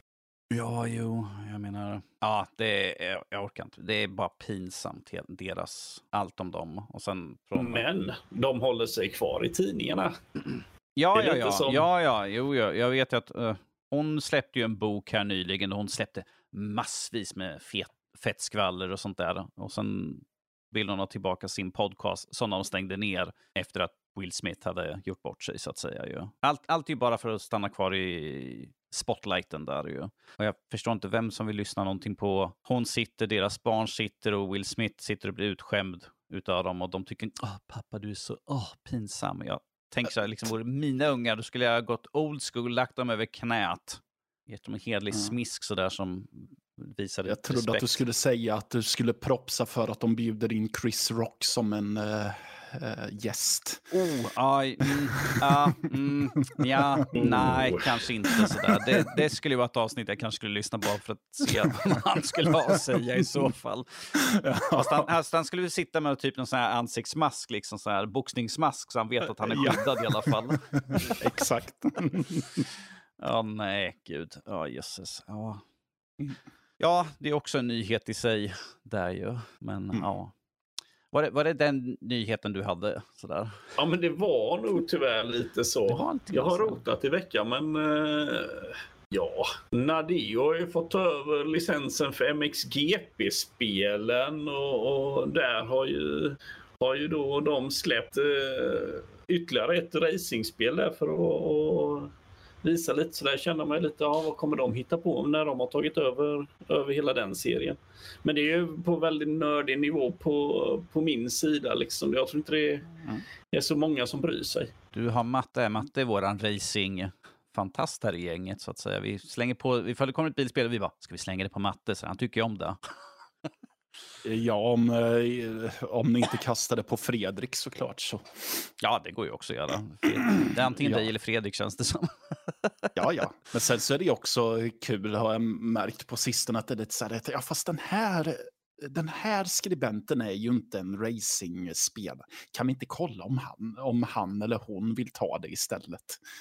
Ja, jo, jag menar, ja, det är, jag orkar inte. Det är bara pinsamt, deras, allt om dem. Och sen från... Men de håller sig kvar i tidningarna. Ja, ja, ja, som... ja, ja, jo, ja, jag vet att uh, hon släppte ju en bok här nyligen och hon släppte massvis med fet, fett skvaller och sånt där. Och sen vill hon ha tillbaka sin podcast som de stängde ner efter att Will Smith hade gjort bort sig så att säga. Ju. Allt, allt är ju bara för att stanna kvar i spotlighten där ju. Och jag förstår inte vem som vill lyssna någonting på. Hon sitter, deras barn sitter och Will Smith sitter och blir utskämd utav dem och de tycker, åh pappa du är så åh, pinsam. Jag tänker så här, liksom, vore mina ungar, då skulle jag ha gått old school, lagt dem över knät. Gett dem en hedlig mm. smisk sådär som visade Jag trodde respekt. Att du skulle säga att du skulle propsa för att de bjuder in Chris Rock som en uh, uh, gäst. Oh, aj, mm, uh, mm, ja, nej, oh. kanske inte sådär. Det, det skulle ju vara ett avsnitt jag kanske skulle lyssna på för att se vad han skulle ha att säga i så fall. Ja. Fast han, han skulle ju sitta med typ någon sån här ansiktsmask, liksom sån här boxningsmask så han vet att han är skyddad ja. i alla fall. Exakt. Ja, oh, nej, gud. Ja, oh, jösses. Ja. Ja, det är också en nyhet i sig där ju. Men mm. ja. Var det, var det den nyheten du hade? Sådär? Ja, men det var nog tyvärr lite så. Jag har rotat i veckan, men uh, ja. Nadeo har ju fått ta över licensen för M X G P-spelen och, och där har ju, har ju då de släppt uh, ytterligare ett racingspel där för att uh, visa lite så där känner man lite ja, vad kommer de hitta på när de har tagit över över hela den serien. Men det är ju på väldigt nördig nivå på, på min sida liksom. Jag tror inte det är, mm. är så många som bryr sig. Du har Matte, Matte är våran racing fantast här i gänget så att säga. Vi slänger på, ifall det kommer ett bilspel och vi bara, ska vi slänga det på Matte så han tycker ju om det. Ja, om, om ni inte kastade på Fredrik såklart så. Ja, det går ju också att göra. Det är antingen ja. dig eller Fredrik känns det som. Ja, ja. Men sen så är det också kul, har jag märkt på sistone att det är lite så här, ja fast den här, den här skribenten är ju inte en racingspel. Kan vi inte kolla om han, om han eller hon vill ta det istället?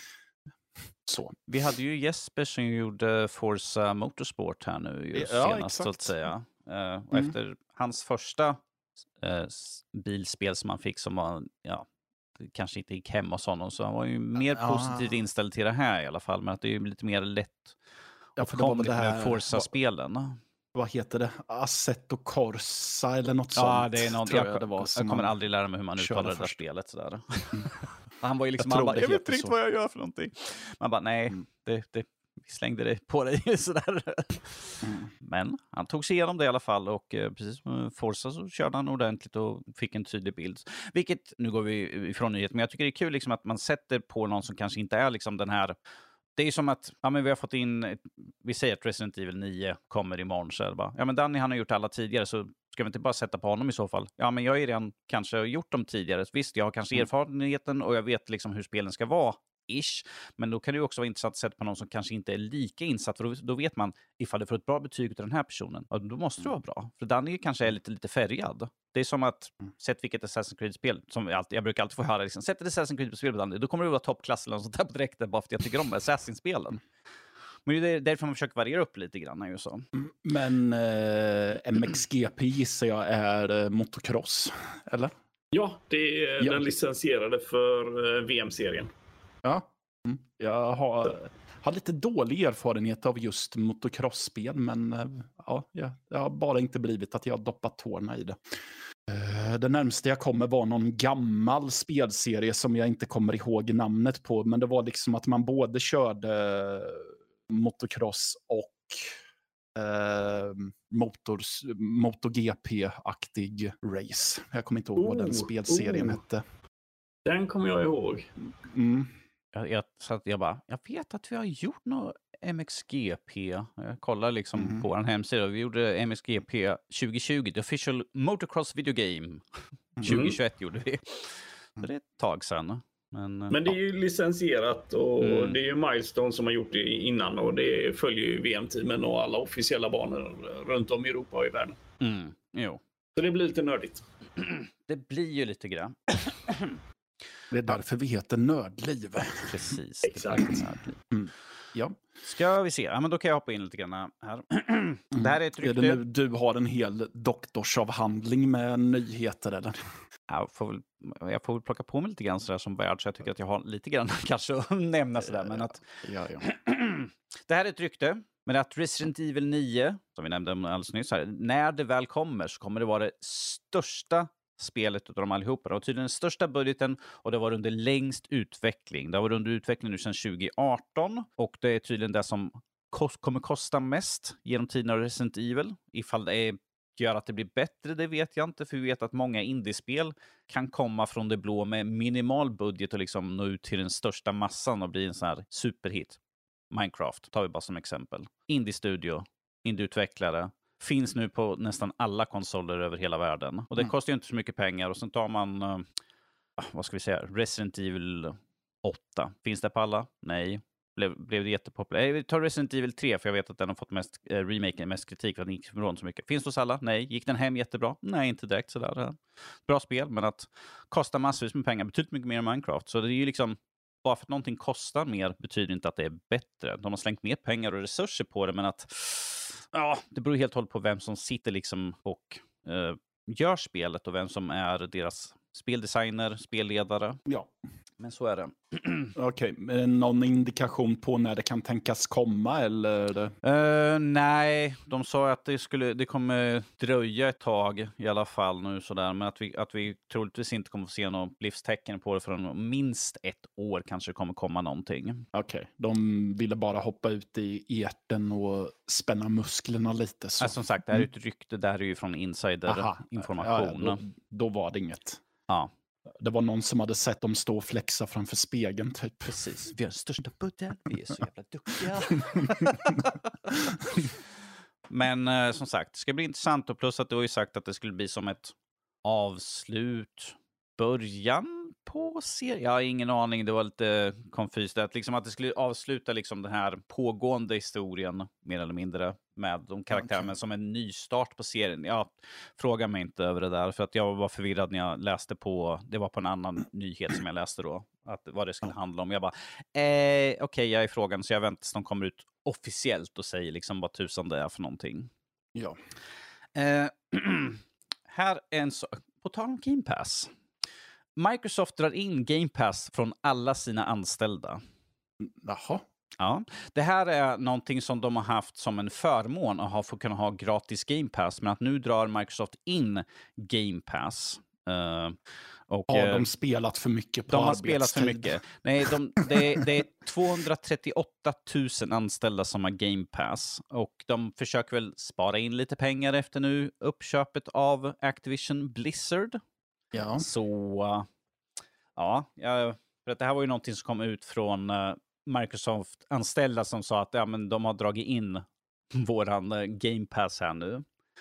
Så. Vi hade ju Jesper som gjorde Forza Motorsport här nu just ja, senast exakt. så att säga. Uh, och mm. efter hans första uh, bilspel som han fick som var, ja, kanske inte gick hem hos honom så han var ju mer ja. positivt inställd till det här i alla fall. Men att det är ju lite mer lätt ja, för det var det här med Forza-spelen. Vad heter det? Assetto Corsa eller något ja, sånt. Ja, det är något. Jag, jag, det var jag kommer aldrig lära mig hur man uttalar det där spelet sådär. Han var ju liksom, jag, han bara, jag vet inte riktigt vad jag gör för någonting. Man bara, nej, mm. det, det vi slängde det på dig sådär. Mm. Men han tog sig igenom det i alla fall och eh, precis som Forza så körde han ordentligt och fick en tydlig bild. Vilket, nu går vi ifrån nyhet, men jag tycker det är kul liksom att man sätter på någon som kanske inte är liksom den här Det är som att ja, men vi har fått in, vi säger att Resident Evil nio kommer imorgon, så är det bara, ja men Danny han har gjort alla tidigare, så ska vi inte bara sätta på honom i så fall? Ja men jag har ju redan kanske gjort dem tidigare, visst jag har kanske erfarenheten och jag vet liksom hur spelen ska vara, ish. Men då kan det ju också vara intressant att sätta på någon som kanske inte är lika insatt, för då, då vet man ifall du får ett bra betyg till den här personen, ja, då måste det vara bra. För Danny kanske är lite, lite färgad. Det är som att, sätt vilket Assassin's Creed-spel, som jag, alltid, jag brukar alltid få höra, liksom, sätt ett Assassin's Creed-spel på Danny, då kommer det vara toppklass eller något sånt där på direkten, bara för att jag tycker om Assassin-spelen. Men det är därför man försöker variera upp lite grann. Ju så. Men eh, M X G P gissar jag är eh, motocross, eller? Ja, det är ja. den licensierade för eh, V M-serien. Ja, mm. jag har, har lite dålig erfarenhet av just motocross-spel, men eh, ja, jag, jag har bara inte blivit att jag har doppat tårna i det. Uh, det närmaste jag kommer var någon gammal spelserie som jag inte kommer ihåg namnet på, men det var liksom att man både körde motocross och uh, motors, MotoGP-aktig race. Jag kommer inte ihåg oh, vad den spelserien oh. hette. Den kommer jag ihåg. Mm. Jag, jag, så att jag bara, jag vet att vi har gjort något M X G P. Jag kollar liksom mm. på vår hemsida. Vi gjorde M X G P tjugo tjugo, The Official Motocross Video Game. Mm. tjugo tjugoett gjorde vi. Så det är ett tag sedan. Men, Men det är ju licensierat och mm. det är ju Milestone som har gjort det innan och det följer ju V M-teamen och alla officiella banor runt om i Europa och i världen. Mm. Jo. Så det blir lite nördigt. Det blir ju lite grann. Det är därför vi heter Nördliv. Precis. Exakt. Mm. Ja. Ska vi se. Ja, men då kan jag hoppa in lite grann här. Mm. Det här är ett rykte. Är det nu du har en hel doktorsavhandling med nyheter eller? Jag får väl, jag får väl plocka på mig lite grann sådär som värld, så jag tycker att jag har lite grann kanske att nämna sådär. Men att ja, ja. Det här är ett rykte. Men att Resident Evil nio, som vi nämnde alldeles nyss här, när det väl kommer så kommer det vara det största spelet av dem allihopa. Det var tydligen den största budgeten och det var under längst utveckling. Det var under utveckling nu sedan tjugo arton och det är tydligen det som kost, kommer kosta mest genom tiden av Resident Evil. Ifall det är, gör att det blir bättre, det vet jag inte, för vi vet att många indiespel kan komma från det blå med minimal budget och liksom nå ut till den största massan och bli en sån här superhit. Minecraft tar vi bara som exempel. Indie-studio, indie-utvecklare, finns nu på nästan alla konsoler över hela världen. Och det mm. kostar ju inte så mycket pengar. Och sen tar man, uh, vad ska vi säga, Resident Evil åtta. Finns det på alla? Nej. Blev, blev det jättepopulärt? Vi tar Resident Evil tre, för jag vet att den har fått mest, uh, remaken mest kritik för att den gick ifrån så mycket. Finns det hos alla? Nej. Gick den hem jättebra? Nej, inte direkt sådär. Bra spel, men att kosta massvis med pengar betydligt mycket mer än Minecraft. Så det är ju liksom, bara för att någonting kostar mer betyder inte att det är bättre. De har slängt mer pengar och resurser på det, men att ja, det beror helt och hållet på vem som sitter liksom och uh, gör spelet och vem som är deras speldesigner, spelledare. Ja. Men så är det. Okej, okay. Någon indikation på när det kan tänkas komma eller? Uh, nej, de sa att det skulle, det kommer dröja ett tag i alla fall nu sådär, men att vi, att vi troligtvis inte kommer få se något livstecken på det förrän minst ett år kanske kommer komma någonting. Okej, okay. De ville bara hoppa ut i etern och spänna musklerna lite. Så. Ja, som sagt, det här är ett rykte, det här är ju från insider-information. Ja, ja, då, då var det inget. Ja. Det var någon som hade sett dem stå och flexa framför spegeln typ. Precis, vi har den största budgeten, vi är så jävla duktiga. Men eh, som sagt, det ska bli intressant, och plus att du har ju sagt att det skulle bli som ett avslut, början på serien. Jag har ingen aning, det var lite konfyst. Att, liksom, att det skulle avsluta liksom, den här pågående historien, mer eller mindre, med de karaktärerna okay. som en ny start på serien. Jag frågar mig inte över det där, för att jag var förvirrad när jag läste på, det var på en annan nyhet som jag läste då, att vad det skulle handla om. Jag bara, eh, okej, okay, jag är i frågan, så jag väntar tills de kommer ut officiellt och säger liksom vad tusan det är för någonting. Ja. Eh, här är en sak, på tal om Game Pass. Microsoft drar in Game Pass från alla sina anställda. Jaha. Ja, det här är någonting som de har haft som en förmån att ha för att kunna ha gratis Game Pass, men att nu drar Microsoft in Game Pass. Uh, och, har de spelat för mycket på de arbetstid? De har spelat för mycket. Nej, de, det, det är tvåhundratrettioåtta tusen anställda som har Game Pass, och de försöker väl spara in lite pengar efter nu uppköpet av Activision Blizzard. Ja. Så, uh, ja, jag, för att det här var ju någonting som kom ut från uh, Microsoft-anställda som sa att ja, men de har dragit in våran Game Pass här nu.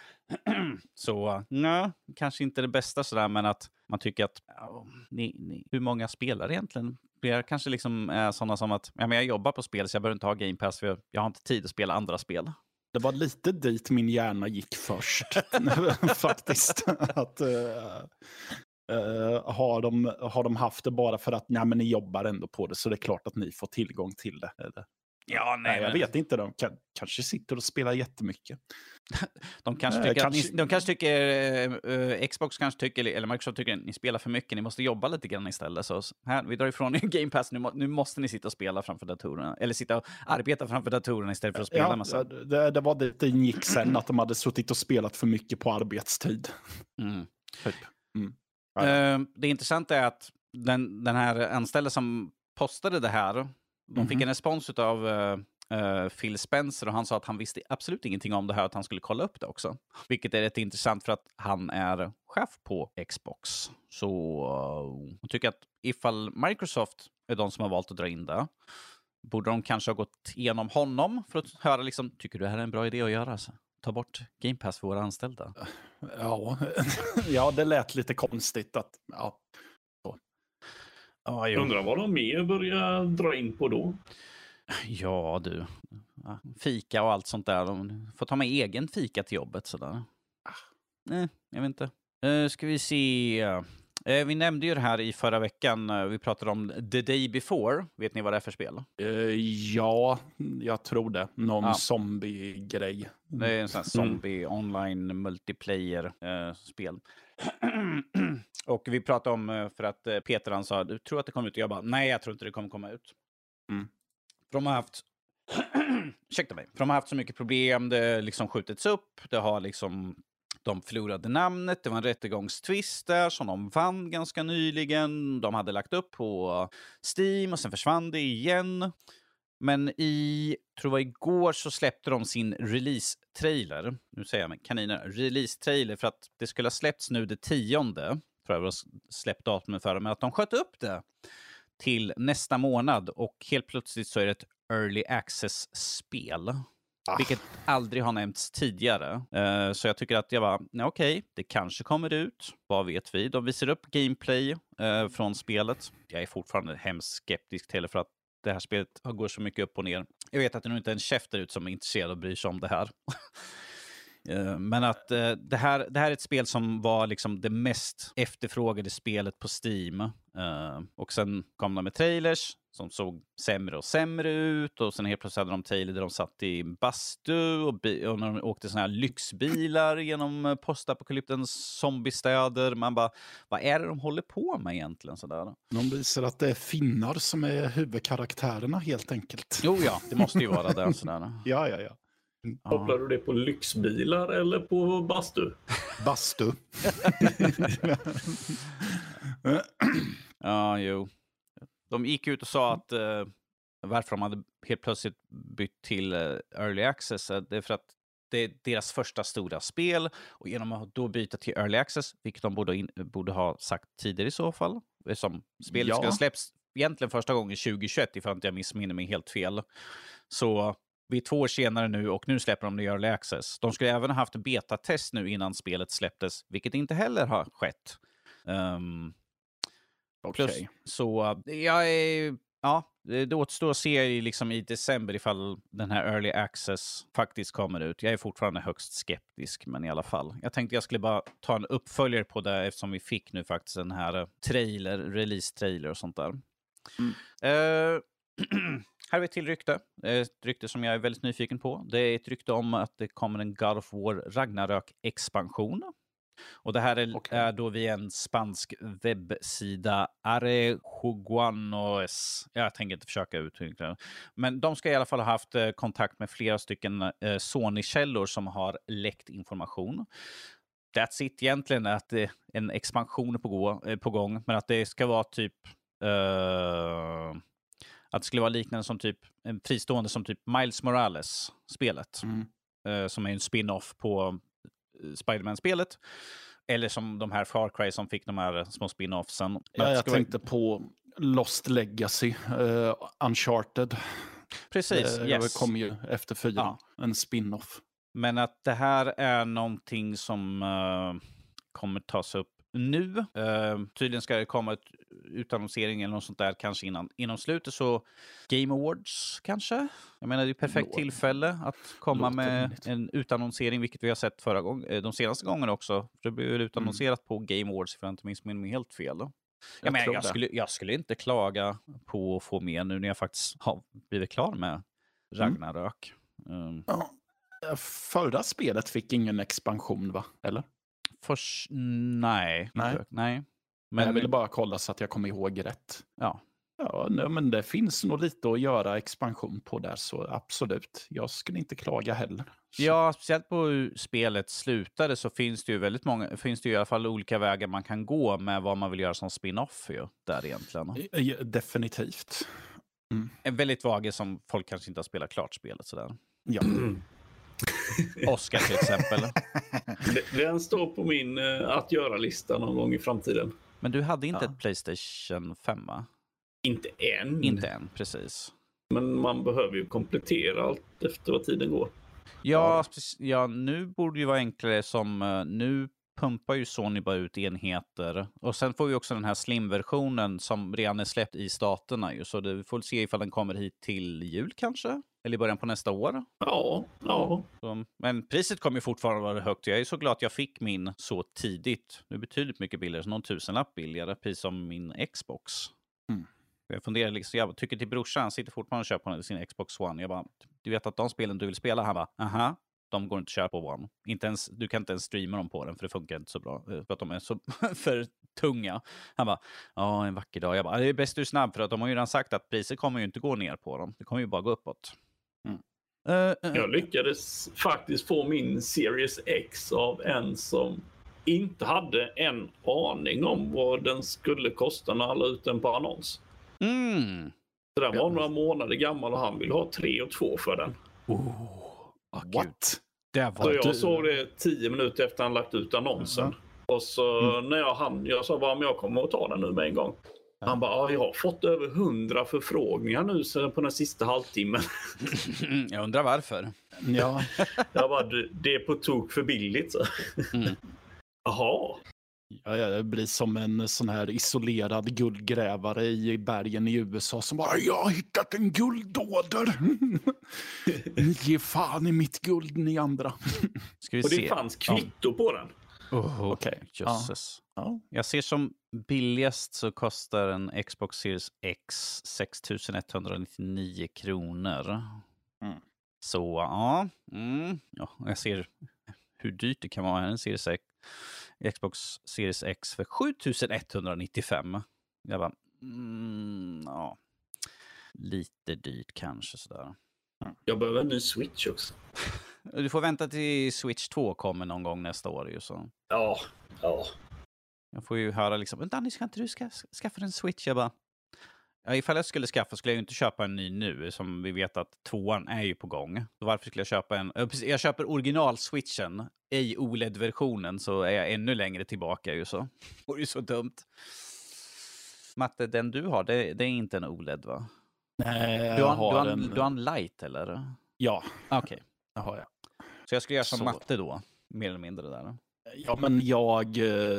Så nej, kanske inte det bästa sådär, men att man tycker att ja, ni, ni, hur många spelar egentligen? Det kanske liksom är sådana som att ja, men jag jobbar på spel så jag behöver inte ha Game Pass för jag, jag har inte tid att spela andra spel. Det var lite dit min hjärna gick först, faktiskt. Att, uh, uh, har, de, har de haft det bara för att nej, men ni jobbar ändå på det så det är klart att ni får tillgång till det. Eller? Ja, nej, nej, jag men... vet inte. De kan, kanske sitter och spelar jättemycket. de, kanske nej, tycker kanske... Ni, de kanske tycker, uh, Xbox kanske tycker, eller Microsoft tycker att ni spelar för mycket, ni måste jobba lite grann istället. Så här, vi drar ifrån er Game Pass, nu, må, nu måste ni sitta och spela framför datorerna. Eller sitta och arbeta framför datorerna istället för att spela. Ja, massa. det, det var det det gick sen, att de hade suttit och spelat för mycket på arbetstid. Mm. Typ. Mm. Uh, det intressanta är att den, den här anställda som postade det här, de mm-hmm. fick en respons av uh, uh, Phil Spencer och han sa att han visste absolut ingenting om det här, att han skulle kolla upp det också. Vilket är rätt intressant för att han är chef på Xbox. Så uh, jag tycker att ifall Microsoft är de som har valt att dra in det, borde de kanske ha gått igenom honom för att höra liksom, tycker du det här är en bra idé att göra? Alltså? Ta bort Game Pass för våra anställda. Ja, ja det lät lite konstigt att ja. Ah, jag undrar vad de mer börjar dra in på då. Ja, du. Ja, fika och allt sånt där. De får ta med egen fika till jobbet. Sådär. Nej, jag vet inte. Uh, ska vi se. Uh, vi nämnde ju det här i förra veckan. Uh, vi pratade om The Day Before. Vet ni vad det är för spel? Uh, ja, jag tror det. Någon ja. zombie-grej. Det är en sån här zombie mm. online multiplayer-spel. Uh, Och vi pratade om, för att Peter han sa, du tror att det kommer ut? Och jag bara, nej jag tror inte det kommer komma ut. Mm. För de har haft, ursäkta mig, för de har haft så mycket problem, det liksom skjutits upp, det har liksom, de förlorade namnet, det var en rättegångstvist där som de vann ganska nyligen, de hade lagt upp på Steam och sen försvann det igen. Men i, tror jag igår så släppte de sin release-trailer, nu säger jag med kaniner, release-trailer för att det skulle ha släppts nu det tionde. Tror jag var släppt datumet för det, men att de sköt upp det till nästa månad och helt plötsligt så är det ett early access-spel. Ah. Vilket aldrig har nämnts tidigare. Uh, så jag tycker att jag var, okej, okay, det kanske kommer ut. Vad vet vi? De visar upp gameplay uh, från spelet. Jag är fortfarande hemskt skeptisk till det för att det här spelet går så mycket upp och ner. Jag vet att det nog inte är en chef där ut som är intresserad och bryr sig om det här. Uh, men att uh, det, här, det här är ett spel som var liksom det mest efterfrågade spelet på Steam. Uh, och sen kom de med trailers som såg sämre och sämre ut. Och sen helt plötsligt hade de trailer där de satt i bastu och, bi- och när de åkte såna här lyxbilar genom postapokalyptens zombiestäder. Man bara, vad är det de håller på med egentligen? Sådär? De visar att det är finnar som är huvudkaraktärerna helt enkelt. Jo ja, det måste ju vara det. Sådär. ja, ja, ja. Kopplar du det på lyxbilar eller på bastu? Bastu. ja, jo. De gick ut och sa att uh, varför de hade helt plötsligt bytt till uh, Early Access. Uh, det är för att det är deras första stora spel. Och genom att då byta till Early Access, vilket de borde, in, borde ha sagt tidigare i så fall. Som spelet ja. ska släpps egentligen första gången tjugohundratjugoett, ifall inte jag missminner mig helt fel. Så vi är två år senare nu och nu släpper de det i Early Access. De skulle även ha haft betatest nu innan spelet släpptes, vilket inte heller har skett. Um, okay. Plus, så jag är, ja, det återstår att se liksom i december ifall den här Early Access faktiskt kommer ut. Jag är fortfarande högst skeptisk, men i alla fall. Jag tänkte jag skulle bara ta en uppföljare på det eftersom vi fick nu faktiskt den här trailer, release-trailer och sånt där. Mm. Uh, Här har vi ett till rykte. Ett rykte som jag är väldigt nyfiken på. Det är ett rykte om att det kommer en God of War Ragnarök-expansion. Och det här är, okay. är då via en spansk webbsida. Arejuguanoes. Jag tänker inte försöka uttrycka det. Men de ska i alla fall ha haft kontakt med flera stycken eh, Sony-källor som har läckt information. That's it egentligen, att det är en expansion på, gå, eh, på gång. Men att det ska vara typ... Eh, Att det skulle vara liknande som typ en fristående som typ Miles Morales-spelet. Mm. Uh, som är en spin-off på uh, Spider-Man-spelet. Eller som de här Far Cry som fick de här små spin-offsen. Ja, jag tänkte vara... på Lost Legacy, uh, Uncharted. Precis, Det yes. kom ju efter fyra, Ja. en spin-off. Men att det här är någonting som uh, kommer tas upp nu. Uh, tydligen ska det komma ett utannonsering eller något sånt där kanske innan, inom slutet. Så Game Awards kanske? Jag menar det är ett perfekt Låter, tillfälle att komma med rimligt. en utannonsering, vilket vi har sett förra gången, de senaste gångerna också. Det blev väl utannonserat mm. på Game Awards för att inte minns mig helt fel. Jag, jag, menar, jag, skulle, jag skulle inte klaga på att få med nu när jag faktiskt har blivit klar med Ragnarök. Mm. Um. Ja. Förra spelet fick ingen expansion, va? Eller? Först, nej. Nej. nej. Men jag ville bara kolla så att jag kommer ihåg rätt. Ja. Ja, nej, men det finns nog lite att göra expansion på där, så absolut. Jag skulle inte klaga heller. Så. Ja, speciellt på hur spelet slutade så finns det ju väldigt många, finns det ju i alla fall olika vägar man kan gå med vad man vill göra som spin-off ju, där egentligen. Definitivt. Mm. En väldigt vage som folk kanske inte har spelat klart spelet sådär. Ja. Oscar till exempel. Den står på min uh, att göra-lista någon gång i framtiden. Men du hade inte ja. ett PlayStation fem, va? Inte än. Inte än, precis. Men man behöver ju komplettera allt efter vad tiden går. Ja, ja nu borde det ju vara enklare som... Uh, nu pumpar ju Sony bara ut enheter. Och sen får vi också den här slim-versionen som redan är släppt i staterna. Ju. Så det, vi får se ifall den kommer hit till jul kanske. Eller i början på nästa år. Ja, ja. Så, men priset kommer ju fortfarande vara högt. Jag är så glad att jag fick min så tidigt. Det är betydligt mycket billigare. Så någon tusenlapp billigare. Precis som min Xbox. Mm. Jag funderar liksom. Jag tycker till brorsan. Han sitter fortfarande och köper sin Xbox One. Jag bara, du vet att de spelen du vill spela. Han bara, aha. De går inte att köra på One. Inte ens, du kan inte ens streama dem på den för det funkar inte så bra. För att de är så för tunga. Han bara, ja en vacker dag. Jag bara, det är bäst du är snabb för att de har ju redan sagt att priset kommer ju inte gå ner på dem. Det kommer ju bara gå uppåt. Mm. Uh, uh, Jag lyckades faktiskt få min Series X av en som inte hade en aning om vad den skulle kosta när alla ut den på annons. Mm. Så den var några månader gammal och han vill ha tre och två för den. Oh. Oh, What? Det var så jag du. såg det tio minuter efter han lagt ut annonsen. Mm. Och så mm. när jag hann, jag sa bara, men jag kommer att ta den nu med en gång. Ja. Han bara, jag har fått över hundra förfrågningar nu så på den sista halvtimmen. Jag undrar varför. Ja. Jag bara, det är på tok för billigt. Så. Mm. Jaha. Ja, det blir som en sån här isolerad guldgrävare i bergen i U S A som bara, jag har hittat en gulddåder. Ni ger fan i mitt guld, ni andra. Ska vi och det se? Fanns kvitto ja. på den. Oh, Okej, okay. Jösses. Ja. Ja. Jag ser som billigast så kostar en Xbox Series X sex tusen etthundranittionio kronor. Mm. Så, ja. Mm. Ja. Jag ser hur dyrt det kan vara en Series X. Xbox Series X för sju tusen etthundranittiofem. Jag bara, mm, ja. Lite dyrt kanske sådär. Jag behöver en ny Switch också. Du får vänta till Switch två kommer någon gång nästa år ju så. Ja, ja. Jag får ju höra liksom, men Danny, ska inte du ska, skaffa en Switch? Jag bara, ja, ifall jag skulle skaffa skulle jag ju inte köpa en ny nu. Som vi vet att tvåan är ju på gång. Så varför skulle jag köpa en? Jag köper original-switchen. I O L E D-versionen så är jag ännu längre tillbaka ju så. Det är ju så dumt. Matte, den du har, det, det är inte en O L E D va? Nej, du har, jag har du har, en... Du har en light eller? Ja. Okej. Okay. Det har jag. Så jag skulle göra som så. Matte då? Mer eller mindre där. Ja, men jag...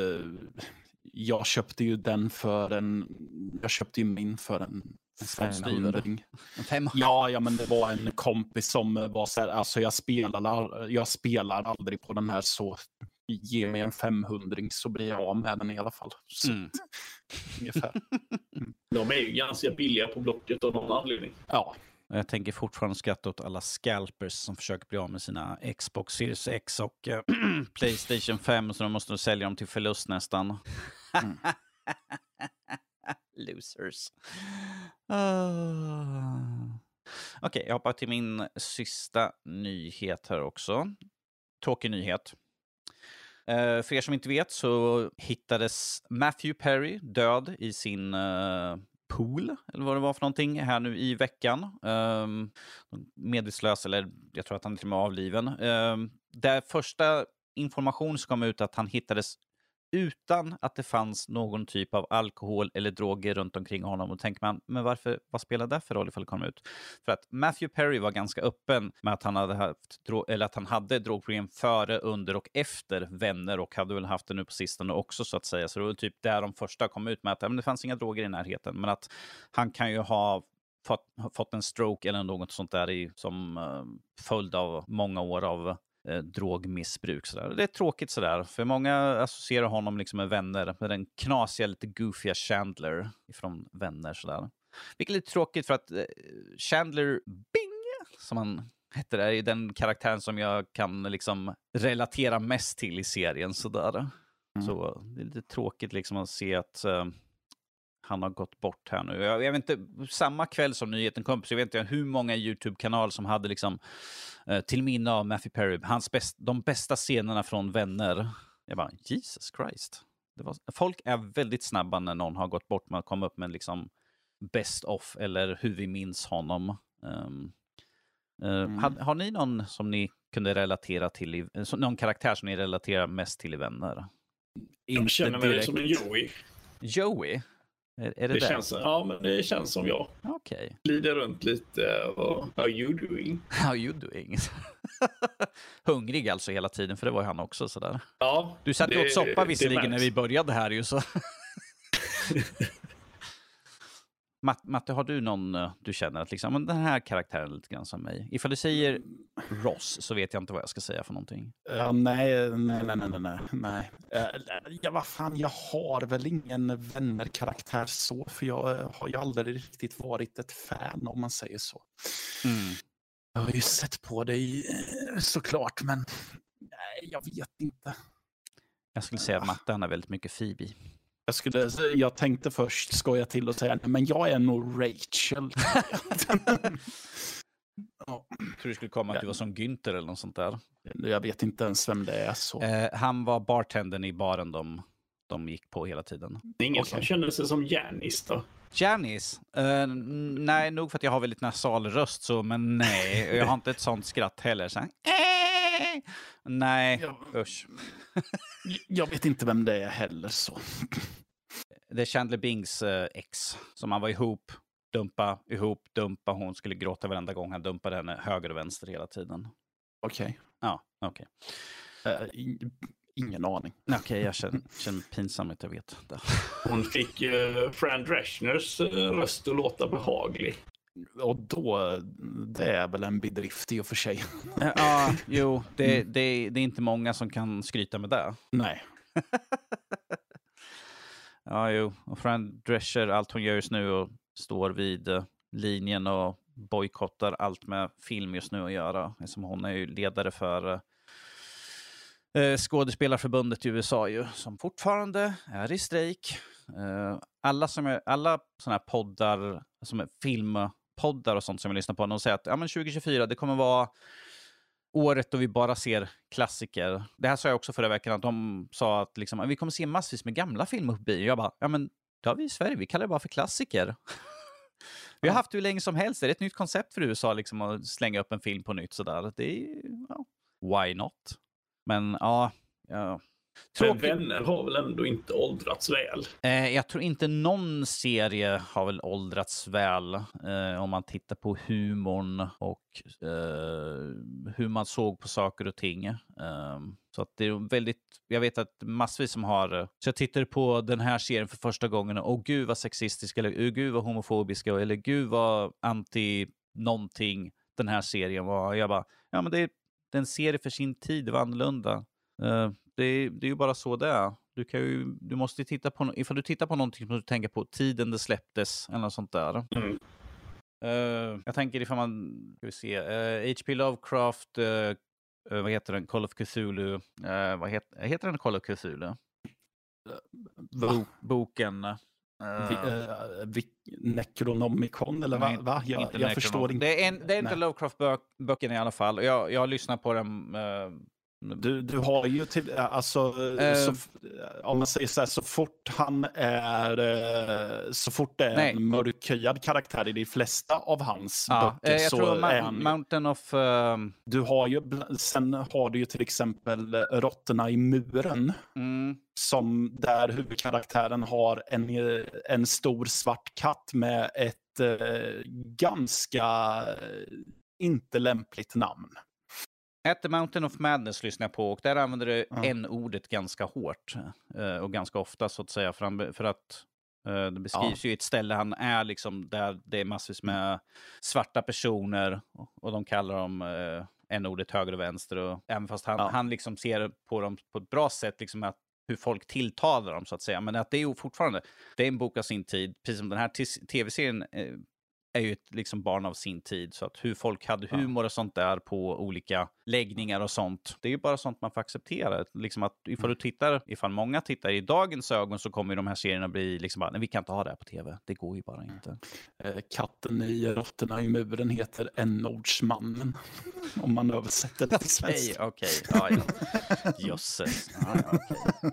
Jag köpte ju den för en... Jag köpte ju min för en... femhundring. Ja, ja, men det var en kompis som var så här, alltså jag spelar, jag spelar aldrig på den här så ge mig en femhundring så blir jag av med den i alla fall. Så, mm. ungefär. Mm. De är ju ganska billiga på Blocket av någon anledning. Ja. Jag tänker fortfarande skratta åt alla scalpers som försöker bli av med sina Xbox Series X och äh, PlayStation fem så de måste sälja dem till förlust nästan. Mm. Losers. Uh. Okej, okay, jag hoppar till min sista nyhet här också. Tråkig nyhet. Uh, för er som inte vet så hittades Matthew Perry död i sin uh, pool, eller vad det var för någonting, här nu i veckan. Um, medvetslös, eller jag tror att han till och med avliven. Um, där första information som kom ut att han hittades utan att det fanns någon typ av alkohol eller droger runt omkring honom. Och tänker man, men varför, vad spelar det för roll ifall det kom ut? För att Matthew Perry var ganska öppen med att han hade haft dro- eller att han hade drogproblem före, under och efter Vänner, och hade väl haft det nu på sistone också så att säga. Så det var typ där de första kom ut med att men det fanns inga droger i närheten, men att han kan ju ha fått, fått en stroke eller något sånt där i, som uh, följd av många år av eh, drogmissbruk. Sådär. Det är tråkigt sådär, för många associerar honom liksom med Vänner, med den knasiga, lite goofiga Chandler ifrån Vänner. Sådär. Vilket är lite tråkigt för att eh, Chandler Bing, som han heter, är den karaktären som jag kan liksom relatera mest till i serien. Sådär. Mm. Så det är lite tråkigt liksom att se att uh, han har gått bort här nu. Jag, jag vet inte, samma kväll som nyheten kom, så jag vet inte hur många YouTube-kanal som hade liksom uh, till minne av Matthew Perry, hans bäst, de bästa scenerna från Vänner. Jag bara, Jesus Christ. Det var, folk är väldigt snabba när någon har gått bort med att komma upp med liksom best of eller hur vi minns honom. Um, uh, mm. har, har ni någon som ni kunde relatera till, i, någon karaktär som ni relaterar mest till i Vänner? Jag känner mig direkt som en Joey. Joey? Är, är det det det? känns, ja, men det känns som jag. Okej. Okay. Glider runt lite och how you doing? How you doing? Hungrig alltså hela tiden, för det var ju han också sådär. Ja. Du satt ju åt soppa visserligen när vi började här ju så. Matt, Matte, har du någon du känner att liksom, men den här karaktären är lite grann som mig? Ifall du säger Ross så vet jag inte vad jag ska säga för någonting. Ja, nej, nej, nej, nej, nej, nej. Ja, vad fan, jag har väl ingen vännerkaraktär så, för jag har ju aldrig riktigt varit ett fan, om man säger så. Mm. Jag har ju sett på dig såklart, men nej, jag vet inte. Jag skulle säga att Matte, han har väldigt mycket Phoebe. Jag, skulle, jag tänkte först skoja till och säga, men jag är nog Rachel. Ja. Tror du skulle komma att du var som Günther eller något sånt där? Jag vet inte ens vem det är. Så. Eh, han var bartendern i baren de, de gick på hela tiden. Det är ingen okay. som känner sig som Janice då? Janice? Eh, nej, nog för att jag har väldigt nasal röst, så, men nej. Jag har inte ett sånt skratt heller. Så. Nej, jag, usch. Jag vet inte vem det är heller så. Det är Chandler Bings eh, ex som han var ihop, dumpa, ihop, dumpa. Hon skulle gråta varenda gång han dumpade henne höger och vänster hela tiden. Okej. Okay. Ja, okej. Okay. Uh, ingen aning. Okej, okay, jag känner, känner pinsamt, jag vet. Hon fick uh, Fran Dreshners uh, röst att låta behaglig. Och då, det är väl en bedrift i och för sig. Ja, jo, det, det, det är inte många som kan skryta med det. Nej. Ja, jo. Och Fran Drescher, allt hon gör just nu och står vid uh, linjen och bojkottar allt med film just nu att göra. Som hon är ju ledare för uh, skådespelarförbundet i U S A ju, som fortfarande är i strejk. Uh, alla som är, alla såna här poddar, som är filmpoddar och sånt som jag lyssnar på, de säger att ja, men tjugo tjugofyra, det kommer vara året då vi bara ser klassiker. Det här sa jag också förra veckan, att de sa att liksom, vi kommer se massvis med gamla filmer på bio. Jag bara, ja men det har vi i Sverige, vi kallar det bara för klassiker. Vi har haft det hur länge som helst, det är ett nytt koncept för U S A liksom, att slänga upp en film på nytt sådär. Det är, ja, why not? Men ja, ja. Men Vänner har väl ändå inte åldrats väl? Eh, jag tror inte någon serie har väl åldrats väl. Eh, om man tittar på humorn och eh, hur man såg på saker och ting. Eh, så att det är väldigt, jag vet att massvis som har, så jag tittade på den här serien för första gången och åh gud vad sexistiska, eller åh gud vad homofobiska, eller gud vad anti någonting den här serien var. Jag bara, ja men det är en serie för sin tid, det var annorlunda. Uh, det, det är ju bara så det är. Du, kan ju, du måste titta på, ifall du tittar på någonting som du tänker på tiden det släpptes eller något sånt där. Mm. Uh, jag tänker ifall man, ska vi se, uh, H P Lovecraft, uh, uh, vad heter den? Call of Cthulhu. Uh, vad heter, heter den Call of Cthulhu? Bo, boken. Uh, vi, uh, vi, Necronomicon eller nej, va? Jag, inte jag förstår inte. Det är, en, det är inte Lovecraft-böcken i alla fall. Jag, jag har lyssnat på den uh, Du, du har ju till, alltså, Uh, så, om man säger så här, så fort han är, så fort det är nej. en mörkhyad karaktär i de flesta av hans ja, böcker jag så tror är Ma- han... Mountain of... Uh... Du har ju, sen har du ju till exempel Råttorna i muren. Mm. Som där huvudkaraktären har en, en stor svart katt med ett eh, ganska inte lämpligt namn. At the Mountain of Madness lyssnar jag på och där använder du Ja. n-ordet ganska hårt eh, och ganska ofta så att säga för, han, för att eh, det beskrivs ja. ju i ett ställe han är liksom där det är massvis med svarta personer och, och de kallar dem eh, n-ordet höger och vänster och även fast han, ja. han liksom ser på dem på ett bra sätt liksom att hur folk tilltalar dem så att säga, men att det är ju fortfarande det är en bok av sin tid, precis som den här t- tv-serien eh, är ju ett liksom barn av sin tid. Så att hur folk hade humor och sånt där på olika läggningar och sånt. Det är ju bara sånt man får acceptera. Liksom att ifall du tittar, ifall många tittar i dagens ögon så kommer ju de här serierna bli liksom bara, nej vi kan inte ha det här på tv. Det går ju bara inte. Katten i Råttorna i muren heter en-ordsmannen. Om man översätter det till svenska. Okej, okej. Jösses. Ja, ja, okay.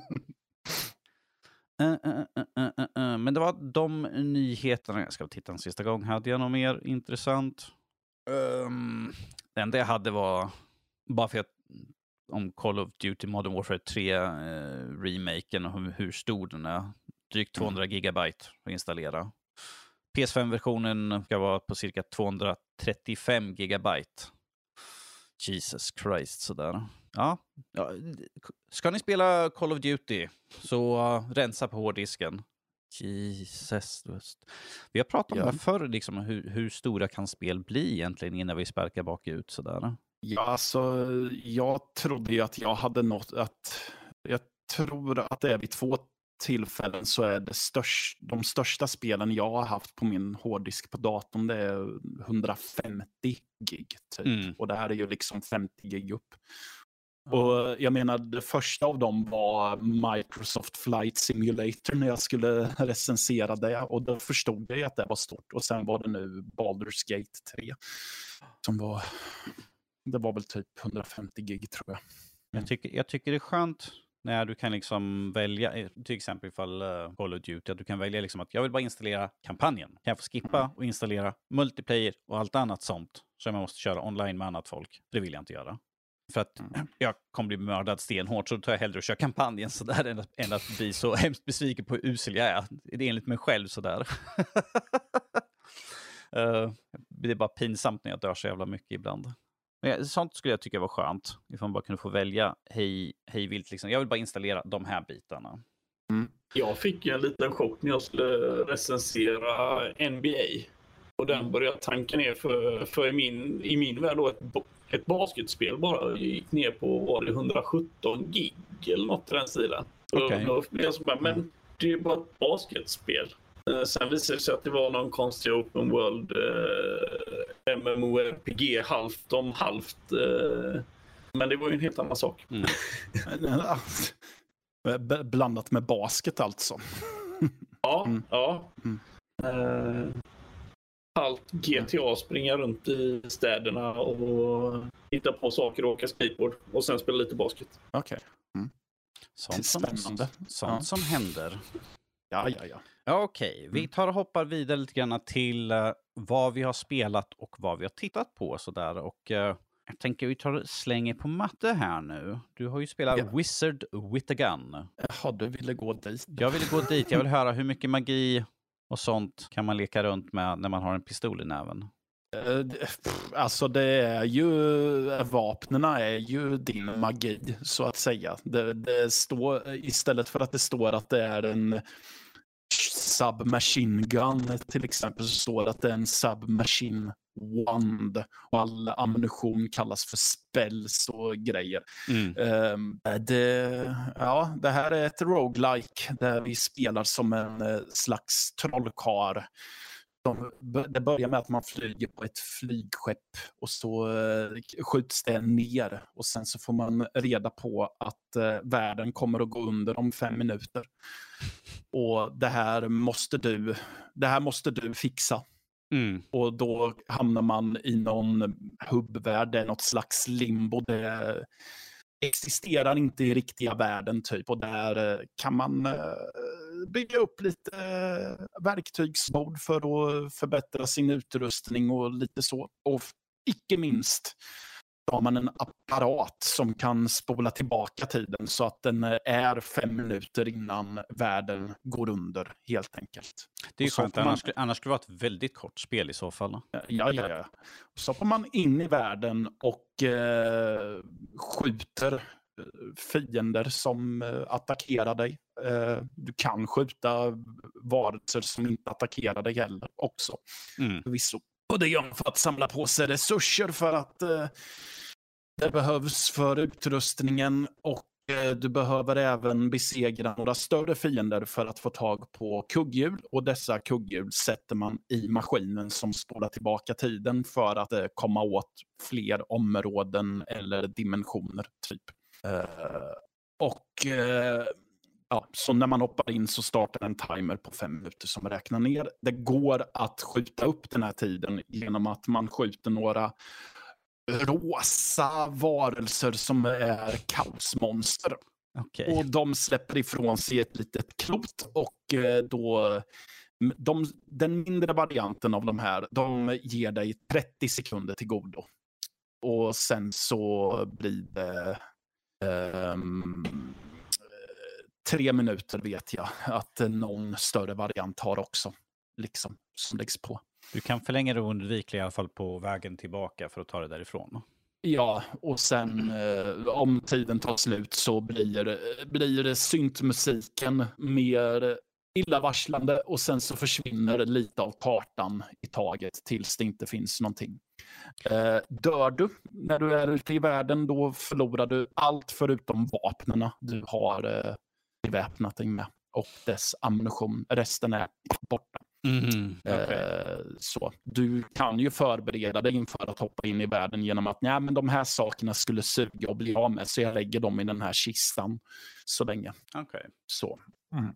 Uh, uh, uh, uh, uh. Men det var de nyheterna. Jag ska titta en sista gång. Hade jag något mer intressant? Um, det enda jag hade var bara för att om Call of Duty Modern Warfare tre uh, remaken och hur, hur stor den är. Drygt tvåhundra gigabyte att installera. P S fem-versionen ska vara på cirka tvåhundratrettiofem gigabyte. Jesus Christ, sådär. Ja, ja, ska ni spela Call of Duty så uh, rensa på hårddisken. Jesus. Vi har pratat om ja. det förr, liksom, hur, hur stora kan spel bli egentligen innan vi sparkar bakut sådär. Ja, alltså jag trodde ju att jag hade något att jag tror att det är vid två tillfällen så är det störst, de största spelen jag har haft på min hårddisk på datorn det är hundrafemtio gig typ. Mm. Och det här är ju liksom femtio gig upp. Och jag menar, det första av dem var Microsoft Flight Simulator när jag skulle recensera det. Och då förstod jag att det var stort. Och sen var det nu Baldur's Gate tre. Som var, det var väl typ hundrafemtio gig tror jag. Jag tycker, jag tycker det är skönt när du kan liksom välja, till exempel ifall uh, Call of Duty, att du kan välja liksom att jag vill bara installera kampanjen. Kan jag få skippa och installera multiplayer och allt annat sånt som jag måste köra online med annat folk. Det vill jag inte göra. För att mm. jag kommer bli mördad stenhårt så då tar jag hellre att köra kampanjen sådär än att, än att bli så hemskt besviken på hur usel jag är. Det är enligt mig själv sådär. uh, det är bara pinsamt när jag dör så jävla mycket ibland. Men sånt skulle jag tycka var skönt. Ifall man bara kunde få välja hej, hej vilt liksom. Jag vill bara installera de här bitarna. Mm. Jag fick ju en liten chock när jag skulle recensera N B A. Och den började tanka ner för, för i, min, i min värld då ett, ett basketspel bara gick ner på var det hundrasjutton gig eller något i den stilen. Okay. Då blev jag så bara, men det är ju bara ett basketspel. Sen visade det sig att det var någon konstig open world eh, MMORPG halvt om halvt. Eh, men det var ju en helt annan sak. Mm. B- blandat med basket alltså. Ja, mm. ja. Mm. Eh, allt G T A springa runt i städerna och hitta på saker och åka skateboard och sen spela lite basket. Okej. Okay. Mm. Sånt, som, sånt ja. som händer. Ja, ja, ja. Ja, okej. Okay. Vi tar och hoppar vidare lite grann till uh, vad vi har spelat och vad vi har tittat på. Sådär. Och uh, jag tänker vi tar och slänger på matte här nu. Du har ju spelat ja. Wizard with a Gun. Jaha, du ville gå dit. Jag ville gå dit. Jag vill höra hur mycket magi och sånt kan man leka runt med när man har en pistol i näven. Alltså det är ju, vapnena är ju din magi så att säga. Det, det står, istället för att det står att det är en submachine gun till exempel så står det att det är en submachine wand och all ammunition kallas för spells och grejer. Mm. Um, det, ja, det här är ett roguelike där vi spelar som en uh, slags trollkarl. De, det börjar med att man flyger på ett flygskepp och så uh, skjuts det ner och sen så får man reda på att uh, världen kommer att gå under om fem minuter. Och det här måste du, det här måste du fixa. Mm. Och då hamnar man i någon hubbvärld, det är något slags limbo. Det är, existerar inte i riktiga världen typ. Och där eh, kan man eh, bygga upp lite eh, verktygsbord för att förbättra sin utrustning och lite så. Och icke minst har man en apparat som kan spola tillbaka tiden så att den är fem minuter innan världen går under, helt enkelt. Det är ju skönt, man... annars, annars skulle det vara ett väldigt kort spel i så fall. Ja, ja, ja. Så får man in i världen och eh, skjuter fiender som eh, attackerar dig. Eh, du kan skjuta varelser som inte attackerar dig heller också. Mm. Förvisso. Och det gör man för att samla på sig resurser för att eh, det behövs för utrustningen och eh, du behöver även besegra några större fiender för att få tag på kugghjul. Och dessa kugghjul sätter man i maskinen som spolar tillbaka tiden för att eh, komma åt fler områden eller dimensioner typ. Eh, och eh, ja, så när man hoppar in så startar en timer på fem minuter som räknar ner. Det går att skjuta upp den här tiden genom att man skjuter några rosa varelser som är kaosmonster. Okay. Och de släpper ifrån sig ett litet klot och eh, då de, den mindre varianten av de här, de ger dig trettio sekunder till godo. Och sen så blir det um, tre minuter vet jag att någon större variant har också, liksom, som läggs på. Du kan förlänga det oundvikligen i alla fall på vägen tillbaka för att ta det därifrån. Ja, och sen eh, om tiden tar slut så blir, blir syntmusiken mer illavarslande och sen så försvinner lite av kartan i taget tills det inte finns någonting. Eh, dör du när du är ute i världen, då förlorar du allt förutom vapnena du har eh, beväpnat dig med och dess ammunition. Resten är borta. Mm, okay. eh, så. Du kan ju förbereda dig inför att hoppa in i världen genom att nej, men de här sakerna skulle suga och bli av med, så jag lägger dem i den här kistan så länge. Okay. Så. Mm.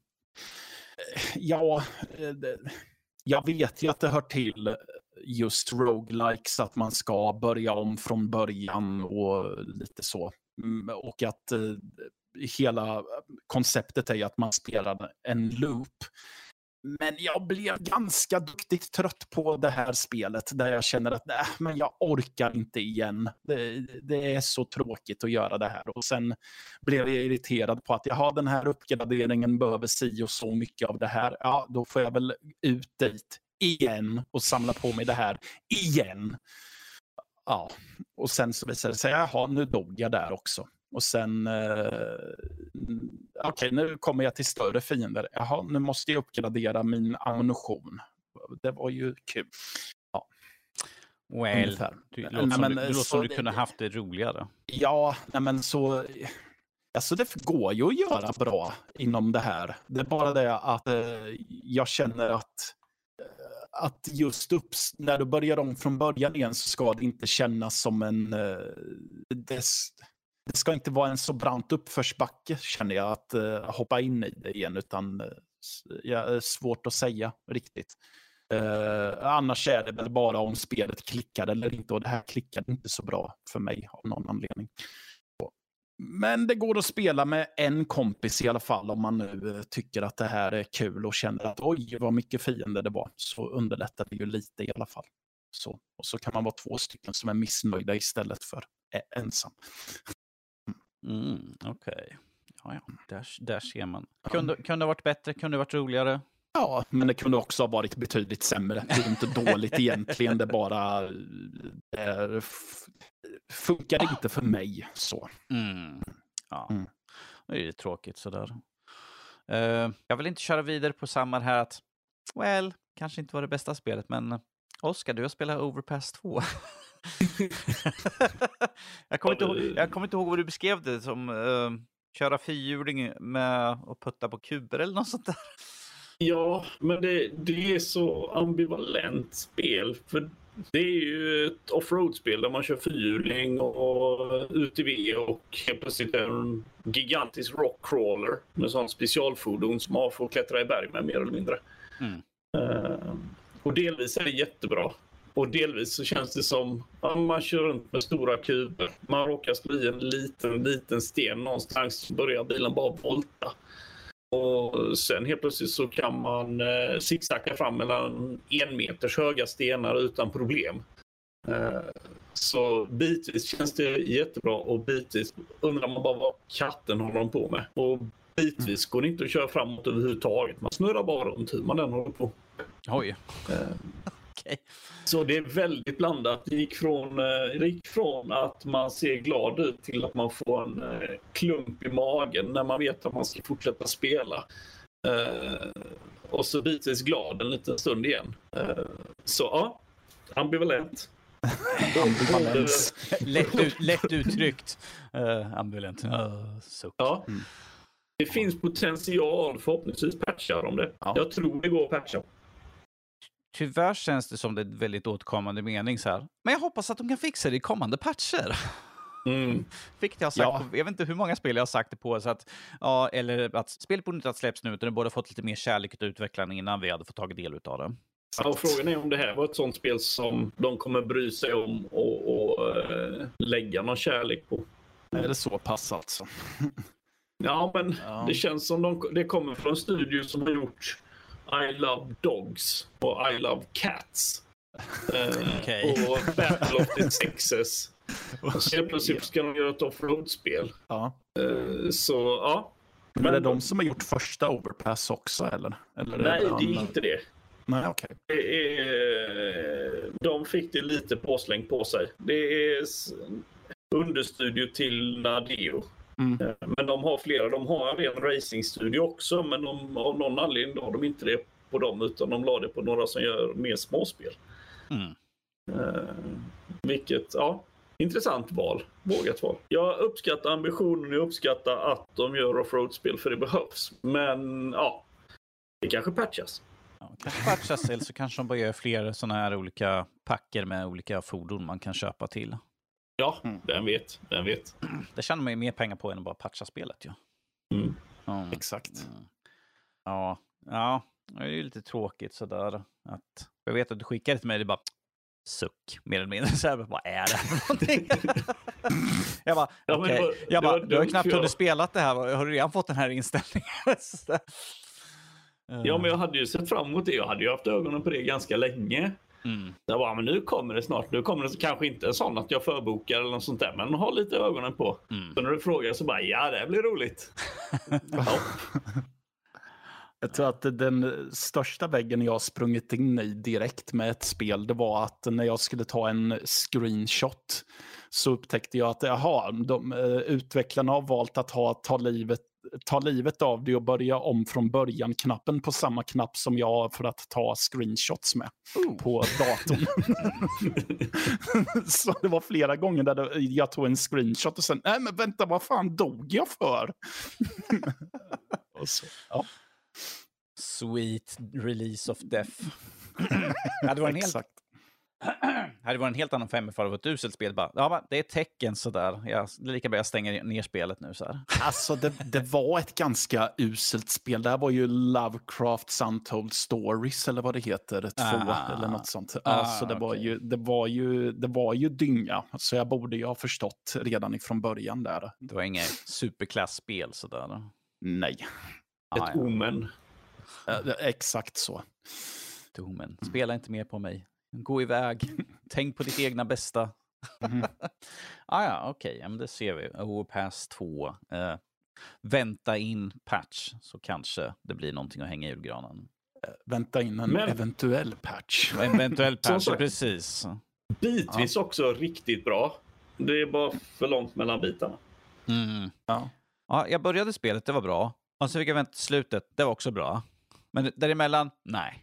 Ja, det, jag vet ju att det hör till just roguelikes att man ska börja om från början och lite så. Och att eh, hela konceptet är att man spelar en loop. Men jag blev ganska duktigt trött på det här spelet där jag känner att nej, men jag orkar inte igen. Det, det är så tråkigt att göra det här. Och sen blev jag irriterad på att jag har den här uppgraderingen, behöver si och så mycket av det här. Ja, då får jag väl ut dit igen och samla på mig det här igen. Ja, och sen så visade det sig, jaha, nu dog jag där också. Och sen, eh, okej, okay, nu kommer jag till större fiender. Jaha, nu måste jag uppgradera min ammunition. Det var ju kul. Ja. Well, du låter som, men, du, du, låter som du kunde haft det roligare. Ja, nej, men så... Alltså det går ju att göra bra inom det här. Det är bara det att eh, jag känner att att just upp, när du börjar om från början igen så ska det inte kännas som en... Eh, det, det ska inte vara en så brant uppförsbacke, känner jag, att eh, hoppa in i det igen, utan eh, ja, är svårt att säga riktigt. Eh, annars är det väl bara om spelet klickar eller inte, och det här klickade inte så bra för mig av någon anledning. Men det går att spela med en kompis i alla fall om man nu tycker att det här är kul och känner att oj vad mycket fiender det var, så underlättar det ju lite i alla fall. Så, och så kan man vara två stycken som är missnöjda istället för ensam. Mm, Okej. Okay. Ja, ja. Där, där ser man. Kunde, kunde ha varit bättre, kunde ha varit roligare. Ja, men det kunde också ha varit betydligt sämre. Det är inte dåligt egentligen, det bara det funkar inte för mig så. Mm. Ja, mm. det är tråkigt sådär. Uh, jag vill inte köra vidare på samma här att, well, kanske inte var det bästa spelet, men Oskar, du har spelat Overpass två. jag, kommer inte ihåg, jag kommer inte ihåg vad du beskrev det som, uh, köra fyrhjuling med och putta på kuber eller något sånt där. Ja, men det, det är så ambivalent spel. För det är ju ett offroad-spel där man kör fyrhjuling och U T V och helt plötsligt är en gigantisk rockcrawler med sån specialfordon som man får klättra i berg med mer eller mindre. Mm. Uh, och delvis är det jättebra. Och delvis så känns det som att man kör runt med stora kuber. Man råkar slå i en liten, liten sten någonstans, så börjar bilen bara volta. Och sen helt plötsligt så kan man eh, zigzacka fram mellan en meters höga stenar utan problem. Eh, så bitvis känns det jättebra och bitvis undrar man bara vad katten håller de på med. Och bitvis går det inte att köra framåt överhuvudtaget. Man snurrar bara runt hur man den håller på. Oj. Eh, Okay. Så det är väldigt blandat. Det gick från, det gick från att man ser glad ut till att man får en klump i magen när man vet att man ska fortsätta spela. Uh, och så bitvis glad en liten stund igen. Uh, så ja, ambivalent. Ambivalens. lätt, ut, lätt uttryckt. Uh, ambivalent. Uh, suck. Ja. Mm. Det finns potential, förhoppningsvis patchar om det. Ja. Jag tror det går att patcha. Tyvärr känns det som det är ett väldigt återkommande mening så här. Men jag hoppas att de kan fixa det i kommande patcher. Mm. Vilket jag har sagt, ja. på, jag vet inte hur många spel jag har sagt det på. Så att, ja, eller att spelet borde inte ha släppts nu, utan det borde ha fått lite mer kärlek och utveckling innan vi hade fått tagit del av det. Ja, och frågan är om det här var ett sånt spel som de kommer bry sig om och, och äh, lägga någon kärlek på. Är det så pass alltså? Ja, men ja. det känns som de, det kommer från en studio som har gjort I Love Dogs och I Love Cats. Uh, okay. Och Battle of the Sexes. Och så plötsligt ska de göra ett offroad-spel. Ja. Uh, så, ja. Men, men är det de som har gjort första Overpass också, eller? eller nej, det, det är inte det. Nej, okej. Okay. Det är, de fick det lite påsläng på sig. Det är understudio till Nadeo. Mm. Men de har flera. De har en ren racingstudio också, men de, av någon anledning har de inte det på dem, utan de la det på några som gör mer småspel. Mm. Uh, vilket, ja, intressant val. Vågat val. Jag uppskattar ambitionen och uppskattar att de gör offroad-spel, för det behövs. Men ja, det kanske patchas. Ja, kanske patchas, eller så kanske de bara gör fler sådana här olika packer med olika fordon man kan köpa till. Ja, mm. den vet, den vet. Det tjänar man ju mer pengar på än att bara patcha spelet, ja. Mm. Mm. Exakt. Mm. Ja, ja, det är ju lite tråkigt sådär. Att, jag vet att du skickade till mig, det bara suck, mer eller mindre. Så här, vad är det för någonting? jag bara, ja, okej. Okay. Jag bara, du har ju knappt hunnit spelat det här. Har du redan fått den här inställningen? Ja, men jag hade ju sett fram emot det. Jag hade ju haft ögonen på det ganska länge. Mm. Jag bara, men nu kommer det snart. Nu kommer det kanske inte sån att jag förbokar eller något sånt där, men ha lite ögonen på. Mm. Så när du frågar så bara, ja, det blir roligt. Ja. Jag tror att den största väggen jag sprungit in i direkt med ett spel, det var att när jag skulle ta en screenshot så upptäckte jag att jaha, de, utvecklarna har valt att ha ta livet ta livet av det och börja om från början-knappen på samma knapp som jag har för att ta screenshots med oh. på datorn. Så det var flera gånger där jag tog en screenshot och sen, nej men vänta, vad fan dog jag för? Och så, ja. Sweet release of death. Ja, det var en helt... Exakt. Det var en helt annan femma för att vara ett uselt spel. Bara, ja, det är tecken sådär. Jag, det är lika bra jag stänger ner spelet nu. Så här. Alltså det, det var ett ganska uselt spel. Det här var ju Lovecrafts Untold Stories eller vad det heter. Två ah, eller något sånt. Ah, alltså det, okay. var ju, det, var ju, det var ju dynga. Så jag borde ju ha förstått redan ifrån början där. Det var inget superklassspel sådär. Nej. Ett ah, ja. Omen. Uh, exakt så. Ett omen. Spela inte mer på mig. Gå iväg. Tänk på ditt egna bästa. Mm. ah, ja, okej. Okay. Ja, det ser vi. Overpass två. Uh, vänta in patch. Så kanske det blir någonting att hänga i julgranen. Uh, vänta in en Men... eventuell patch. En eventuell patch, precis. Bitvis ja. Också riktigt bra. Det är bara för långt mellan bitarna. Mm. Ja. Ja, jag började spelet, det var bra. Och så fick jag vänta till slutet, det var också bra. Men däremellan, nej.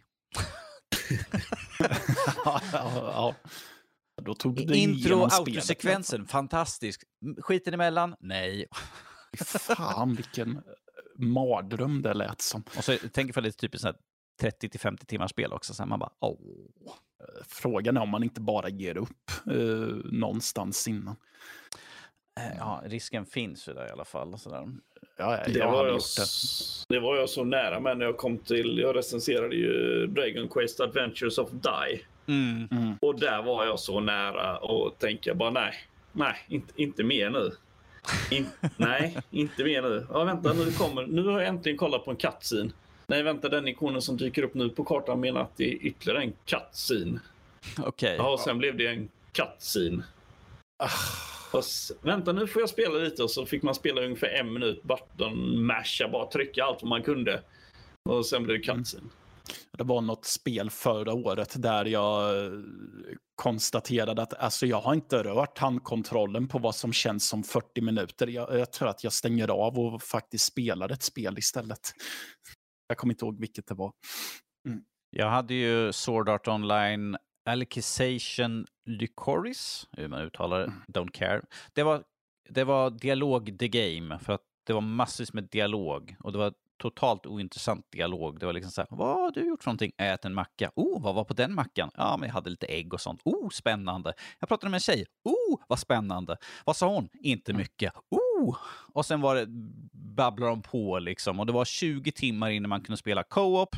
ja, ja, ja. Då tog det intro och autosekvensen, fantastisk. Skiten emellan, nej. Fan, vilken mardröm det lät som. Och så tänker jag för lite typiskt så här trettio till femtio timmars spel också. Så man bara, åh. Frågan är om man inte bara ger upp eh, någonstans innan. Ja, risken finns ju där i alla fall. Sådär. Ja, jag det, har var jag, gjort det. det var jag så nära med när jag kom till, jag recenserade ju Dragon Quest Adventures of Die. Mm. Mm. Och där var jag så nära och tänkte bara nej, nej, inte, inte mer nu. In, nej, inte mer nu. Ja, vänta, nu kommer, nu har jag äntligen kollat på en cutscene. Nej, vänta, den ikonen som dyker upp nu på kartan menar att det är ytterligare en cutscene. Okej. Okay. Ja, och sen blev det en cutscene. Ah. Och s- vänta, nu får jag spela lite, och så fick man spela ungefär en minut button masha, bara trycka allt vad man kunde. Och sen blev det cutscene. Mm. Det var något spel förra året där jag konstaterade att alltså, jag har inte rört handkontrollen på vad som känns som fyrtio minuter. Jag, jag tror att jag stänger av och faktiskt spelar ett spel istället. Jag kommer inte ihåg vilket det var. Mm. Jag hade ju Sword Art Online Alicization Lycoris, hur man uttalar det, mm. Don't care. Det var, det var dialog the game, för att det var massvis med dialog, och det var totalt ointressant dialog. Det var liksom så här, vad har du gjort för någonting? Ät en macka. Oh, vad var på den mackan? Ja, men jag hade lite ägg och sånt. Oh, spännande. Jag pratade med en tjej. Oh, vad spännande. Vad sa hon? Inte mycket. Oh! Och sen var det, babblar de på liksom. Och det var tjugo timmar innan man kunde spela co-op.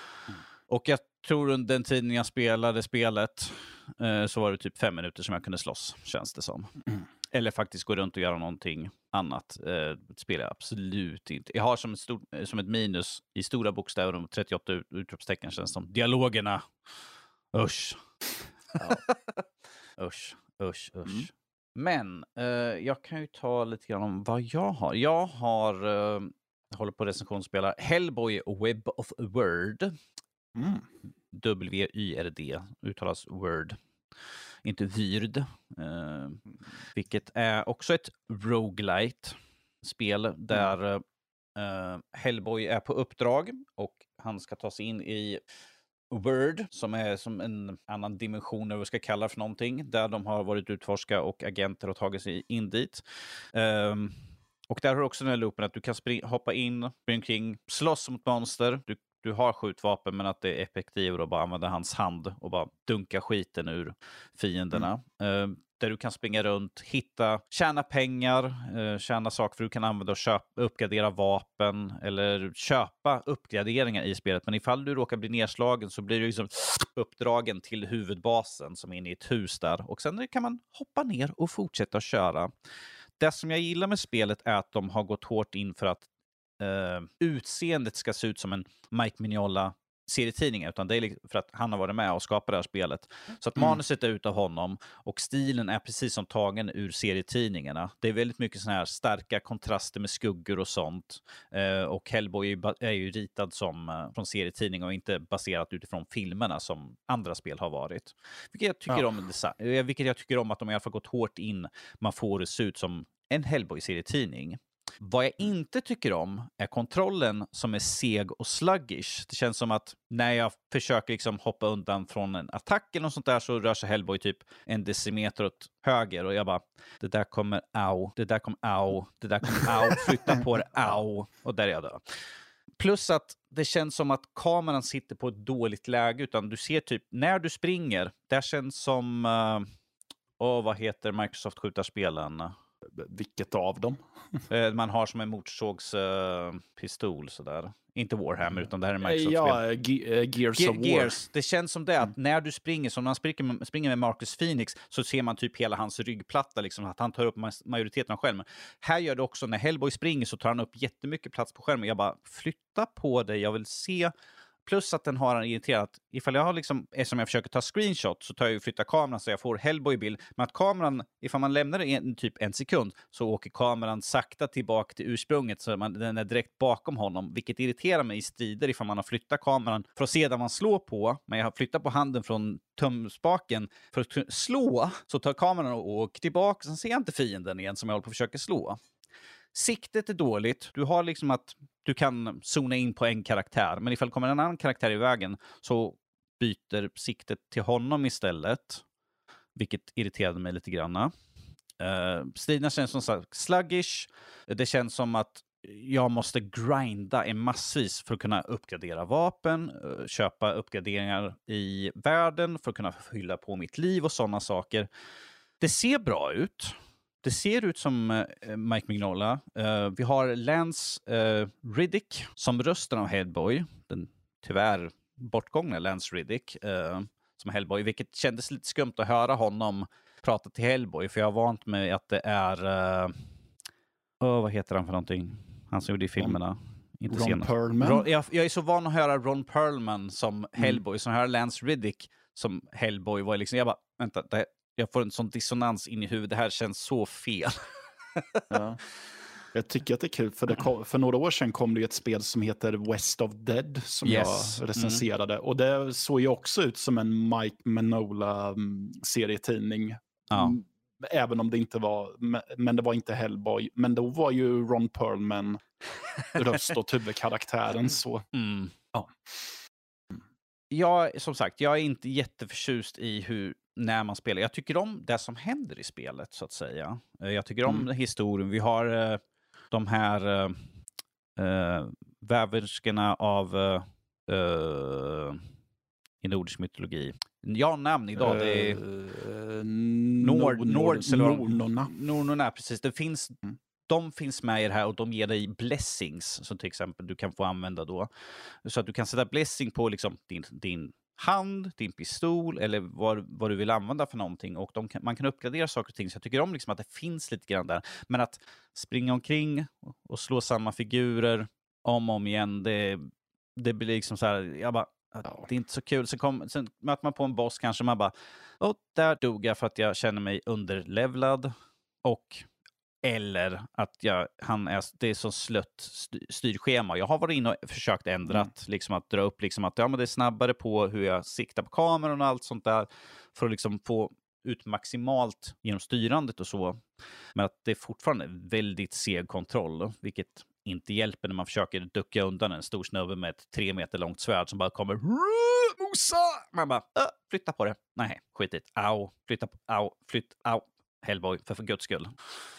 Och jag tror under den tiden jag spelade spelet eh, så var det typ fem minuter som jag kunde slåss, känns det som. Mm. Eller faktiskt gå runt och göra någonting annat. Eh, spelar jag absolut inte. Jag har som ett, stor, som ett minus i stora bokstäver om trettioåtta ut, utropstecken, känns som. Dialogerna. Usch. Ja. usch, usch, usch. Mm. Men eh, jag kan ju ta lite grann om vad jag har. Jag har eh, jag håller på att recensionspela Hellboy Web of Word. Mm. W Y R D uttalas Word. Inte Vyrd. Eh, vilket är också ett roguelite-spel där mm. eh, Hellboy är på uppdrag och han ska ta sig in i Word, som är som en annan dimension, eller vad vi ska kalla för någonting, där de har varit utforska och agenter och tagit sig in dit. Eh, och där har du också den här loopen att du kan spring- hoppa in, springa kring, slåss mot monster. Du Du har skjutvapen, men att det är effektivare att bara använda hans hand och bara dunka skiten ur fienderna. Mm. Uh, där du kan springa runt, hitta, tjäna pengar, uh, tjäna saker för du kan använda och köpa, uppgradera vapen eller köpa uppgraderingar i spelet. Men ifall du råkar bli nedslagen så blir du liksom uppdragen till huvudbasen som är inne i ett hus där. Och sen kan man hoppa ner och fortsätta köra. Det som jag gillar med spelet är att de har gått hårt in för att Uh, utseendet ska se ut som en Mike Mignola serietidning, utan det är för att han har varit med och skapat det här spelet. Så att manuset är utav honom och stilen är precis som tagen ur serietidningarna. Det är väldigt mycket såna här starka kontraster med skuggor och sånt. Uh, och Hellboy är ju, är ju ritad som uh, från serietidningar och inte baserat utifrån filmerna som andra spel har varit. Vilket jag tycker, ja. om, design, vilket jag tycker om att de i alla fall gått hårt in. Man får det se ut som en Hellboy-serietidning. Vad jag inte tycker om är kontrollen som är seg och sluggish. Det känns som att när jag försöker liksom hoppa undan från en attack eller något sånt där så rör sig Hellboy typ en decimeter åt höger och jag bara, det där kommer au, det där kommer au, det där kommer au, flytta på det, au, och där är jag död. Plus att det känns som att kameran sitter på ett dåligt läge, utan du ser typ, när du springer, det känns som, uh, oh, vad heter Microsoft-skjutarspelen? Vilket av dem? Man har som en motorsågspistol uh, sådär. Inte Warhammer, utan det här är Microsoft. Ja, Ge- Gears Ge- of War. Gears. Det känns som det att när du springer, som när man springer, springer med Marcus Phoenix, så ser man typ hela hans ryggplatta, liksom, att han tar upp majoriteten av skärmen. Här gör det också, när Hellboy springer så tar han upp jättemycket plats på skärmen. Jag bara, flytta på dig, jag vill se. Plus att den har en irriterat, ifall jag har liksom, som jag försöker ta screenshot så tar jag ju flytta kameran så jag får Hellboy-bild. Men att kameran, ifall man lämnar det en, typ en sekund så åker kameran sakta tillbaka till ursprunget så man, den är direkt bakom honom. Vilket irriterar mig i strider ifall man har flyttat kameran för att se där man slår på. Men jag har flyttat på handen från tumspaken för att slå, så tar kameran och åker tillbaka. Sen ser jag inte fienden igen som jag håller på att försöka slå. Siktet är dåligt. Du har liksom att du kan zona in på en karaktär. Men ifall det kommer en annan karaktär i vägen så byter siktet till honom istället. Vilket irriterade mig lite grann. Uh, striderna känns som sagt sluggish. Det känns som att jag måste grinda en massvis för att kunna uppgradera vapen. Uh, köpa uppgraderingar i världen för att kunna fylla på mitt liv och sådana saker. Det ser bra ut. det ser ut som uh, Mike Mignola. Uh, vi har Lance uh, Riddick som rösten av Hellboy. Den tyvärr bortgångna Lance Riddick uh, som Hellboy. Vilket kändes lite skumt att höra honom prata till Hellboy. För jag har vant mig att det är... Uh, oh, vad heter han för någonting? Han som gjorde i filmerna. Ron, Inte Ron Perlman. Ron, jag, jag är så van att höra Ron Perlman som Hellboy. Mm. Så höra Lance Riddick som Hellboy var liksom... Jag bara, vänta, det här, jag får en sån dissonans in i huvudet. Det här känns så fel. Ja. Jag tycker att det är kul, för, det kom, för några år sedan kom det ett spel som heter West of Dead som yes. jag recenserade. Mm. Och det såg ju också ut som en Mike Mignola-serietidning. Ja. Även om det inte var, men det var inte Hellboy. Men då var ju Ron Perlman röst och huvudkaraktären. Så. Mm. Ja. Jag, som sagt, jag är inte jätteförtjust i hur, när man spelar. Jag tycker om det som händer i spelet, så att säga. Jag tycker om mm. historien. Vi har uh, de här uh, uh, väverskorna av uh, uh, i nordisk mytologi. Ja, namn idag. Det är uh, Nord, Nords eller Nornorna. Nornorna, precis. Det finns... Mm. De finns med i det här och de ger dig blessings som till exempel du kan få använda då. Så att du kan sätta blessing på liksom din, din hand, din pistol eller vad, vad du vill använda för någonting. Och de kan, man kan uppgradera saker och ting. Så jag tycker om liksom att det finns lite grann där. Men att springa omkring och slå samma figurer om och om igen, det, det blir liksom så här, jag bara, det är inte så kul. Sen, kom, sen möter man på en boss kanske man bara, åh, där dog jag för att jag känner mig underlevlad och eller att jag, han är, det är så slött styrschema. Jag har varit inne och försökt ändra mm. liksom att dra upp liksom att ja, men det är snabbare på hur jag siktar på kameran och allt sånt där för att liksom få ut maximalt genom styrandet och så. Men att det är fortfarande väldigt seg kontroll, vilket inte hjälper när man försöker ducka undan en stor snubbe med ett tre meter långt svärd som bara kommer mosa. Man bara, äh, flytta på det. Nej, skitigt. Au, flytta på, au, flytt, au. Hellboy, för för guds skull.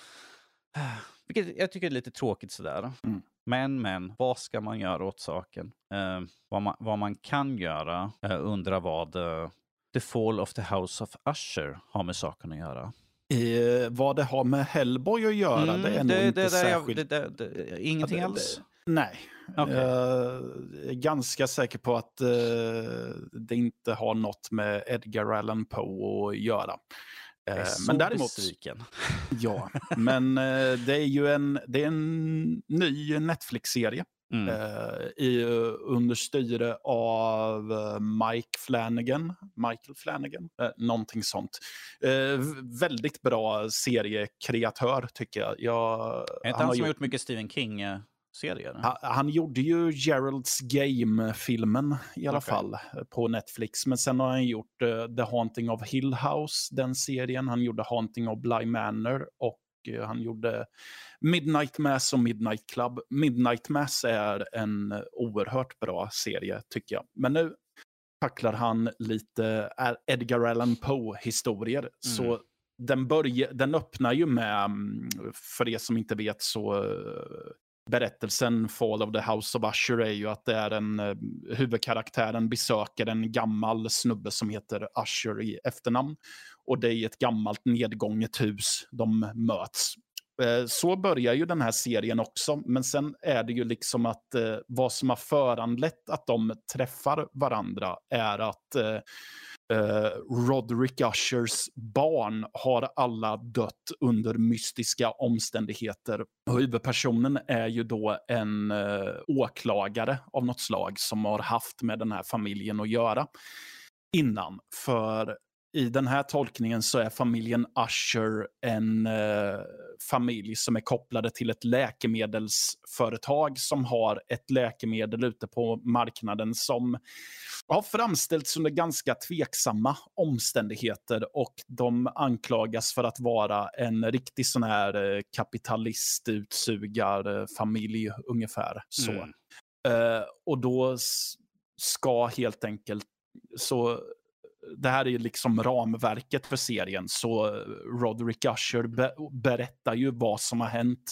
Vilket jag tycker är lite tråkigt sådär. Mm. Men, men, vad ska man göra åt saken? Uh, vad, man, vad man kan göra, uh, undra vad uh, The Fall of the House of Usher har med saken att göra. Eh, vad det har med Hellboy att göra, mm, det är det, nog inte det, särskilt... Jag, det, det, det, ingenting ja, det, alls? Det, nej. Okay. Jag är ganska säker på att uh, det inte har något med Edgar Allan Poe att göra. Jag är så men däremot, besviken. Ja, men uh, det är ju en, det är en ny Netflix-serie. Mm. Uh, i, uh, under styre av uh, Mike Flanagan. Michael Flanagan. Uh, någonting sånt. Uh, väldigt bra seriekreatör tycker jag. jag är inte han, han som har gjort mycket Stephen King uh, serier? Han, han gjorde ju Gerald's Game-filmen i alla okay. fall på Netflix. Men sen har han gjort uh, The Haunting of Hill House, den serien. Han gjorde Haunting of Bly Manor och uh, han gjorde Midnight Mass och Midnight Club. Midnight Mass är en oerhört bra serie tycker jag. Men nu tacklar han lite Edgar Allan Poe-historier. Mm. Så den, börja, den öppnar ju med, för er som inte vet så berättelsen Fall of the House of Usher är ju att det är en huvudkaraktären besöker en gammal snubbe som heter Usher i efternamn. Och det är ett gammalt nedgånget hus de möts. Så börjar ju den här serien också, men sen är det ju liksom att eh, vad som har föranlett att de träffar varandra är att eh, Roderick Ushers barn har alla dött under mystiska omständigheter. Och huvudpersonen är ju då en eh, åklagare av något slag som har haft med den här familjen att göra innan. För i den här tolkningen så är familjen Usher en eh, familj som är kopplade till ett läkemedelsföretag som har ett läkemedel ute på marknaden som har framställts under ganska tveksamma omständigheter och de anklagas för att vara en riktig sån här eh, kapitalist-utsugarfamilj ungefär. Så. Mm. Eh, och då s- ska helt enkelt så det här är ju liksom ramverket för serien. Så Roderick Usher be- berättar ju vad som har hänt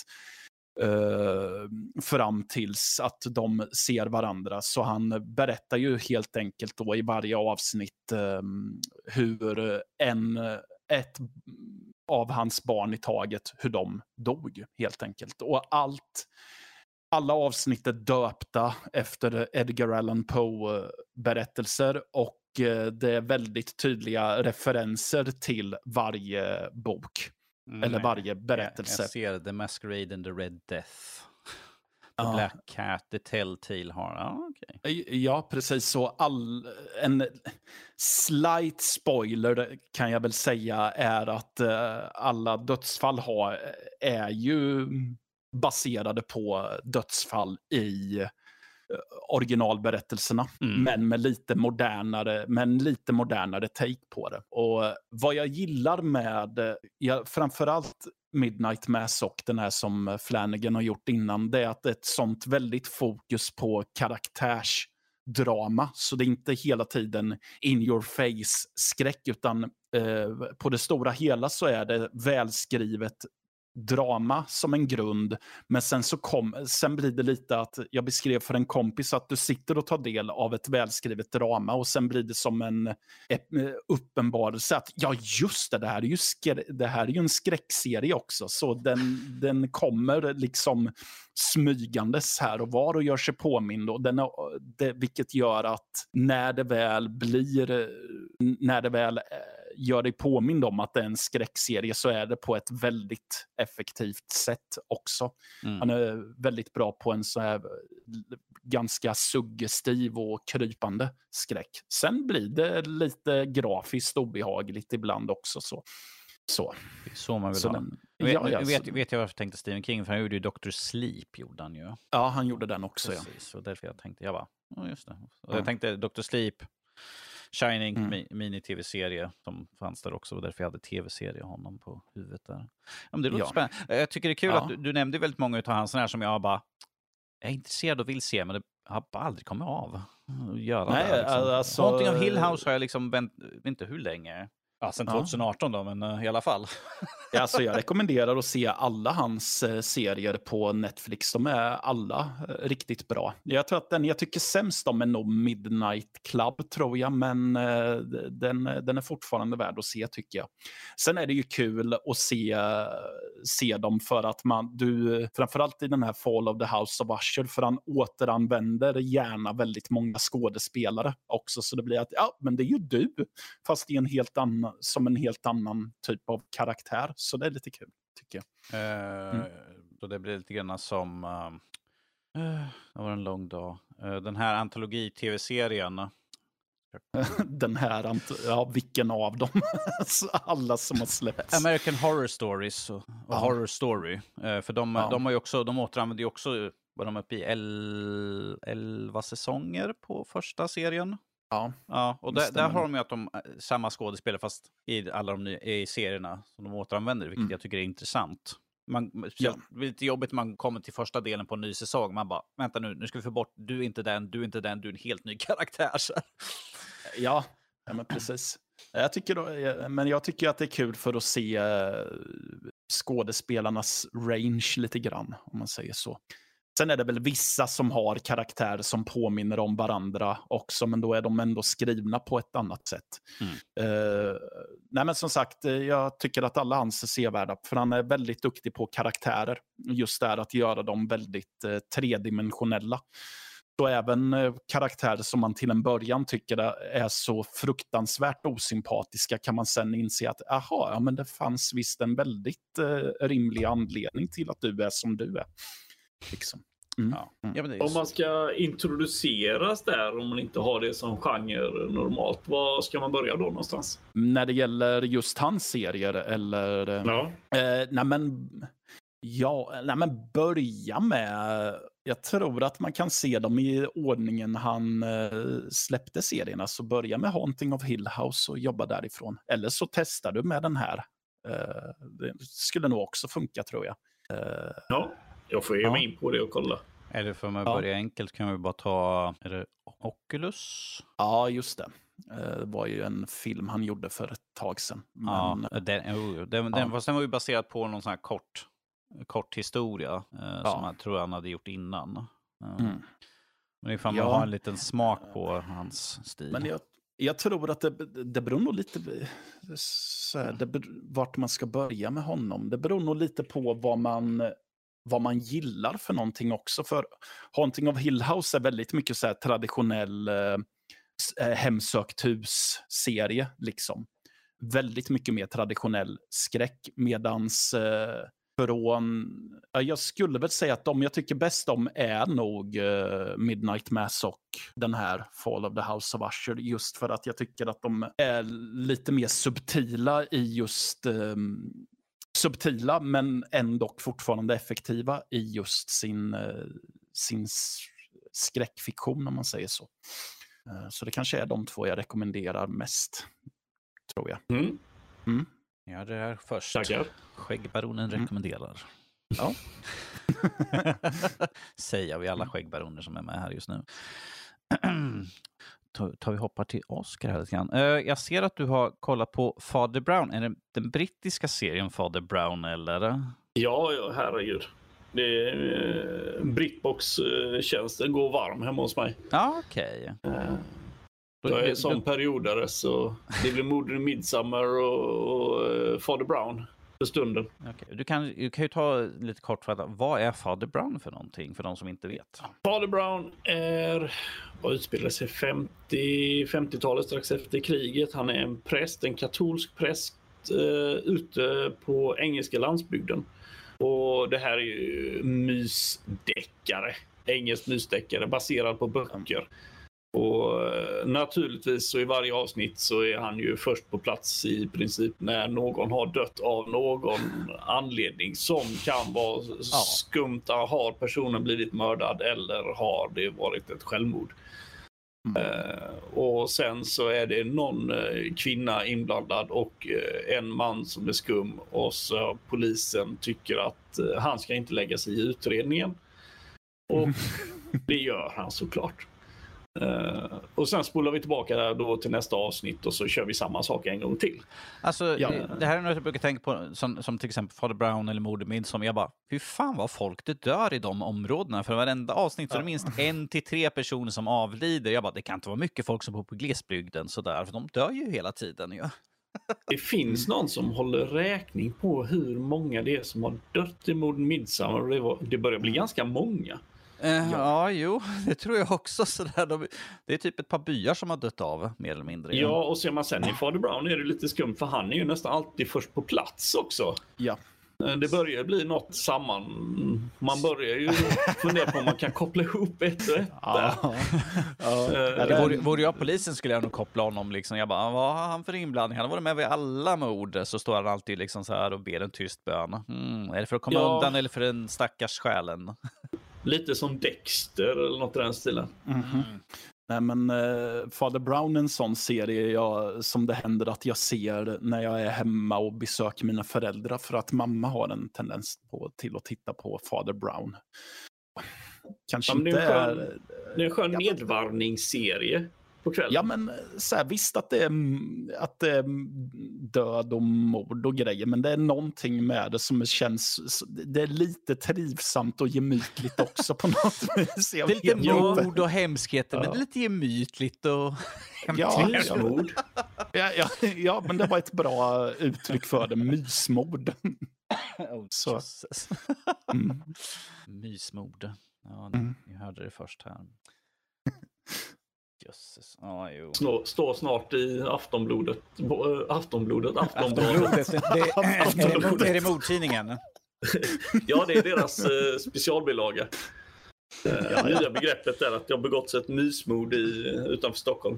uh, fram tills att de ser varandra. Så han berättar ju helt enkelt då i varje avsnitt um, hur en, ett av hans barn i taget, hur de dog helt enkelt. Och allt, alla avsnitt är döpta efter Edgar Allan Poe-berättelser och det är väldigt tydliga referenser till varje bok. Mm, eller varje berättelse. Jag, jag ser The Masquerade and the Red Death. The ja. Black Cat, The Telltale har. Ja, okay. Ja, precis så. All, en slight spoiler kan jag väl säga är att uh, alla dödsfall har, är ju baserade på dödsfall i uh, originalberättelserna. Mm. Men med lite modernare, men lite modernare take på det. Och uh, vad jag gillar med, ja, framförallt Midnight Mass och den här som Flanagan har gjort innan, det är att det är ett sånt väldigt fokus på karaktärsdrama. Så det är inte hela tiden in your face skräck, utan eh, på det stora hela så är det välskrivet drama som en grund, men sen så kom, sen blir det lite att jag beskrev för en kompis att du sitter och tar del av ett välskrivet drama och sen blir det som en uppenbarelse att ja just det, det här är ju, skr- det här är ju en skräckserie också, så den, den kommer liksom smygandes här och var och gör sig påmind, och den är, det, vilket gör att när det väl blir när det väl gör dig påmind om att det är en skräckserie, så är det på ett väldigt effektivt sätt också. Mm. Han är väldigt bra på en så här ganska suggestiv och krypande skräck. Sen blir det lite grafiskt obehagligt ibland också. Så, så. Det är så man vill så ha. Den, vet, ja, ja, vet, vet jag varför jag tänkte Stephen King, för han gjorde ju Doctor Sleep, gjorde han ju. Ja, han gjorde den också. Precis, ja. Och därför jag tänkte, jag bara, ja just det. Och jag tänkte Doctor Sleep, Shining, mm. mini-tv-serie som fanns där också, och därför jag hade tv-serie av honom på huvudet där. Ja, men det låter ja. spännande. Jag tycker det är kul ja. att du, du nämnde väldigt många av hans här som jag bara jag är intresserad och vill se, men det har bara aldrig kommit av att göra. Nej, det, liksom. alltså, Haunting of Hill House har jag liksom vänt, inte hur länge. Ja, sen tjugo arton då, men uh, i alla fall. Ja, alltså jag rekommenderar att se alla hans uh, serier på Netflix. De är alla uh, riktigt bra. Jag tror att den jag tycker sämst om är nog Midnight Club, tror jag. Men uh, den, den är fortfarande värd att se, tycker jag. Sen är det ju kul att se, uh, se dem för att man, du, framförallt i den här Fall of the House of Usher, för han återanvänder gärna väldigt många skådespelare också. Så det blir att, ja, men det är ju du. Fast i en helt annan, som en helt annan typ av karaktär. Så det är lite kul, tycker jag. Mm. Uh, så det blir lite grann som uh, uh, det var en lång dag. Uh, den här antologi-tv-serien. Den här, ja, vilken av dem? Alla som har släppts. American Horror Stories och, och ja. Horror Story. Uh, för de, ja. de har ju också, de återanvänder ju också, var de uppe i elva säsonger på första serien. Ja, ja, och där, där har de ju att de samma skådespelare fast i alla de nya, i serierna som de återanvänder, vilket mm. jag tycker är intressant. Man, ja. Det blir lite jobbigt när man kommer till första delen på en ny säsong. Man bara, vänta nu, nu ska vi få bort, du är inte den, du är inte den, du är en helt ny karaktär. Så. Ja, ja, men precis. Jag tycker då, men jag tycker att det är kul för att se skådespelarnas range lite grann, om man säger så. Sen är det väl vissa som har karaktärer som påminner om varandra också, men då är de ändå skrivna på ett annat sätt. Mm. Uh, nej men som sagt, jag tycker att alla hans är sevärda, för han är väldigt duktig på karaktärer. Just där att göra dem väldigt uh, tredimensionella. Så även uh, karaktärer som man till en början tycker är så fruktansvärt osympatiska kan man sen inse att aha, ja, men det fanns visst en väldigt uh, rimlig anledning till att du är som du är. Liksom. Mm. Ja. Mm. Om man ska introduceras där, om man inte har det som genre normalt, vad ska man börja då någonstans? När det gäller just hans serier eller... Ja. Eh, nej men... Ja, nej men börja med... Jag tror att man kan se dem i ordningen han eh, släppte serierna. Så börja med Haunting of Hill House och jobba därifrån. Eller så testar du med den här. Eh, det skulle nog också funka, tror jag. Eh, ja. Jag får ge ja. mig in på det och kolla. Eller för att börja ja. enkelt kan vi bara ta, är det Oculus? Ja, just det. Det var ju en film han gjorde för ett tag sedan. Men... Ja, den, oh, den, ja. Den, fast den var ju baserad på någon sån här kort, kort historia eh, ja. som jag tror han hade gjort innan. Mm. Men ifall man ja. har en liten smak på hans stil. Men jag, Jag tror att det, det beror nog lite så här, det, vart man ska börja med honom. Det beror nog lite på vad man, vad man gillar för någonting också. För Haunting of Hill House är väldigt mycket så här traditionell eh, hemsökt hus-serie. Liksom. Väldigt mycket mer traditionell skräck. Medans eh, från... Jag skulle väl säga att de jag tycker bäst om är nog uh, Midnight Mass och den här Fall of the House of Usher. Just för att jag tycker att de är lite mer subtila i just... Um, subtila men ändå fortfarande effektiva i just sin, uh, sin skräckfiktion om man säger så. Uh, så det kanske är de två jag rekommenderar mest, tror jag. Mm. Mm. Ja, det är först. Tackar. Skäggbaronen Mm. rekommenderar. Ja. Säger vi alla skäggbaroner som är med här just nu. Tar vi hoppar till Oscar här lite grann. Uh, jag ser att du har kollat på Father Brown. Är det den brittiska serien Father Brown eller? Ja, ja, herregud. Det är uh, Britbox-tjänsten går varm hemma hos mig. Ja, okej. Okay. Uh. Jag är som periodare så det blir Morden i Midsommar och, och Father Brown för stunden. Okay. Du, kan, du kan ju ta lite kort för att, vad är Father Brown för någonting för de som inte vet? Father Brown är, vad utspelar sig femtio, femtiotalet strax efter kriget. Han är en präst, en katolsk präst uh, ute på engelska landsbygden. Och det här är ju mysdeckare, engelsk mysdeckare baserad på böcker. Och naturligtvis så i varje avsnitt så är han ju först på plats i princip när någon har dött av någon anledning som kan vara skumt. Har personen blivit mördad eller har det varit ett självmord? Mm. Uh, och sen så är det någon uh, kvinna inblandad och uh, en man som är skum och så polisen tycker att uh, han ska inte lägga sig i utredningen. Och mm. det gör han såklart. Uh, och sen spolar vi tillbaka där då till nästa avsnitt och så kör vi samma sak en gång till. Alltså, ja. det, det här är något jag brukar tänka på som, som till exempel Father Brown eller Morden i Midsommar. Jag bara, hur fan vad folk det dör i de områdena? För varenda avsnitt så är det minst en till tre personer som avlider. Jag bara, det kan inte vara mycket folk som bor på glesbygden sådär, för de dör ju hela tiden ju. Ja. Det finns någon som håller räkning på hur många det är som har dött i Morden i Midsommar och det, var, det börjar bli ganska många. Uh, ja. ja, jo, det tror jag också. Sådär. De, det är typ ett par byar som har dött av, mer eller mindre. Ja, och ser man sen i Father Brown är det lite skumt för han är ju nästan alltid först på plats också. Ja. Det börjar bli något samman. Man börjar ju fundera på om man kan koppla ihop ett och ett. Ja. Ja. Ja, det vore, vore jag polisen skulle jag nog koppla honom. Liksom. Jag bara, vad har han för inblandning? Han har varit med vid alla mord. Så står han alltid liksom så här och ber en tyst bön. Mm, är det för att komma ja. undan eller för den stackars själen? Lite som Dexter eller något i den stilen. Mm-hmm. Nej, men uh, Father Brown är en sån serie jag, som det händer att jag ser när jag är hemma och besöker mina föräldrar för att mamma har en tendens på, till att titta på Father Brown. Kanske ja, inte det är en skön, är, det är en skön nedvarvningsserie på kvällen. Ja, men så här, visst att det, är, att det är död och mord och grejer, men det är någonting med det som känns, det är lite trivsamt och gemytligt också på något vis. Det är lite mord och hemskheter, ja. men det är lite gemytligt och ja, mysmord. Ja, ja, ja, men det var ett bra uttryck för det, mysmord. Oh, så. Mm. Mysmord. Ja, ni, mm. ni hörde det först här. Jösses. Ah, jo. Står stå snart i Aftonblodet. Aftonblodet, Aftonbladet. Det, det, Aftonblodet. Är det mordtidningen? Ja, det är deras uh, specialbilaga. Uh, ja, nya ja. begreppet är att jag begått ett mysmord i, utanför Stockholm.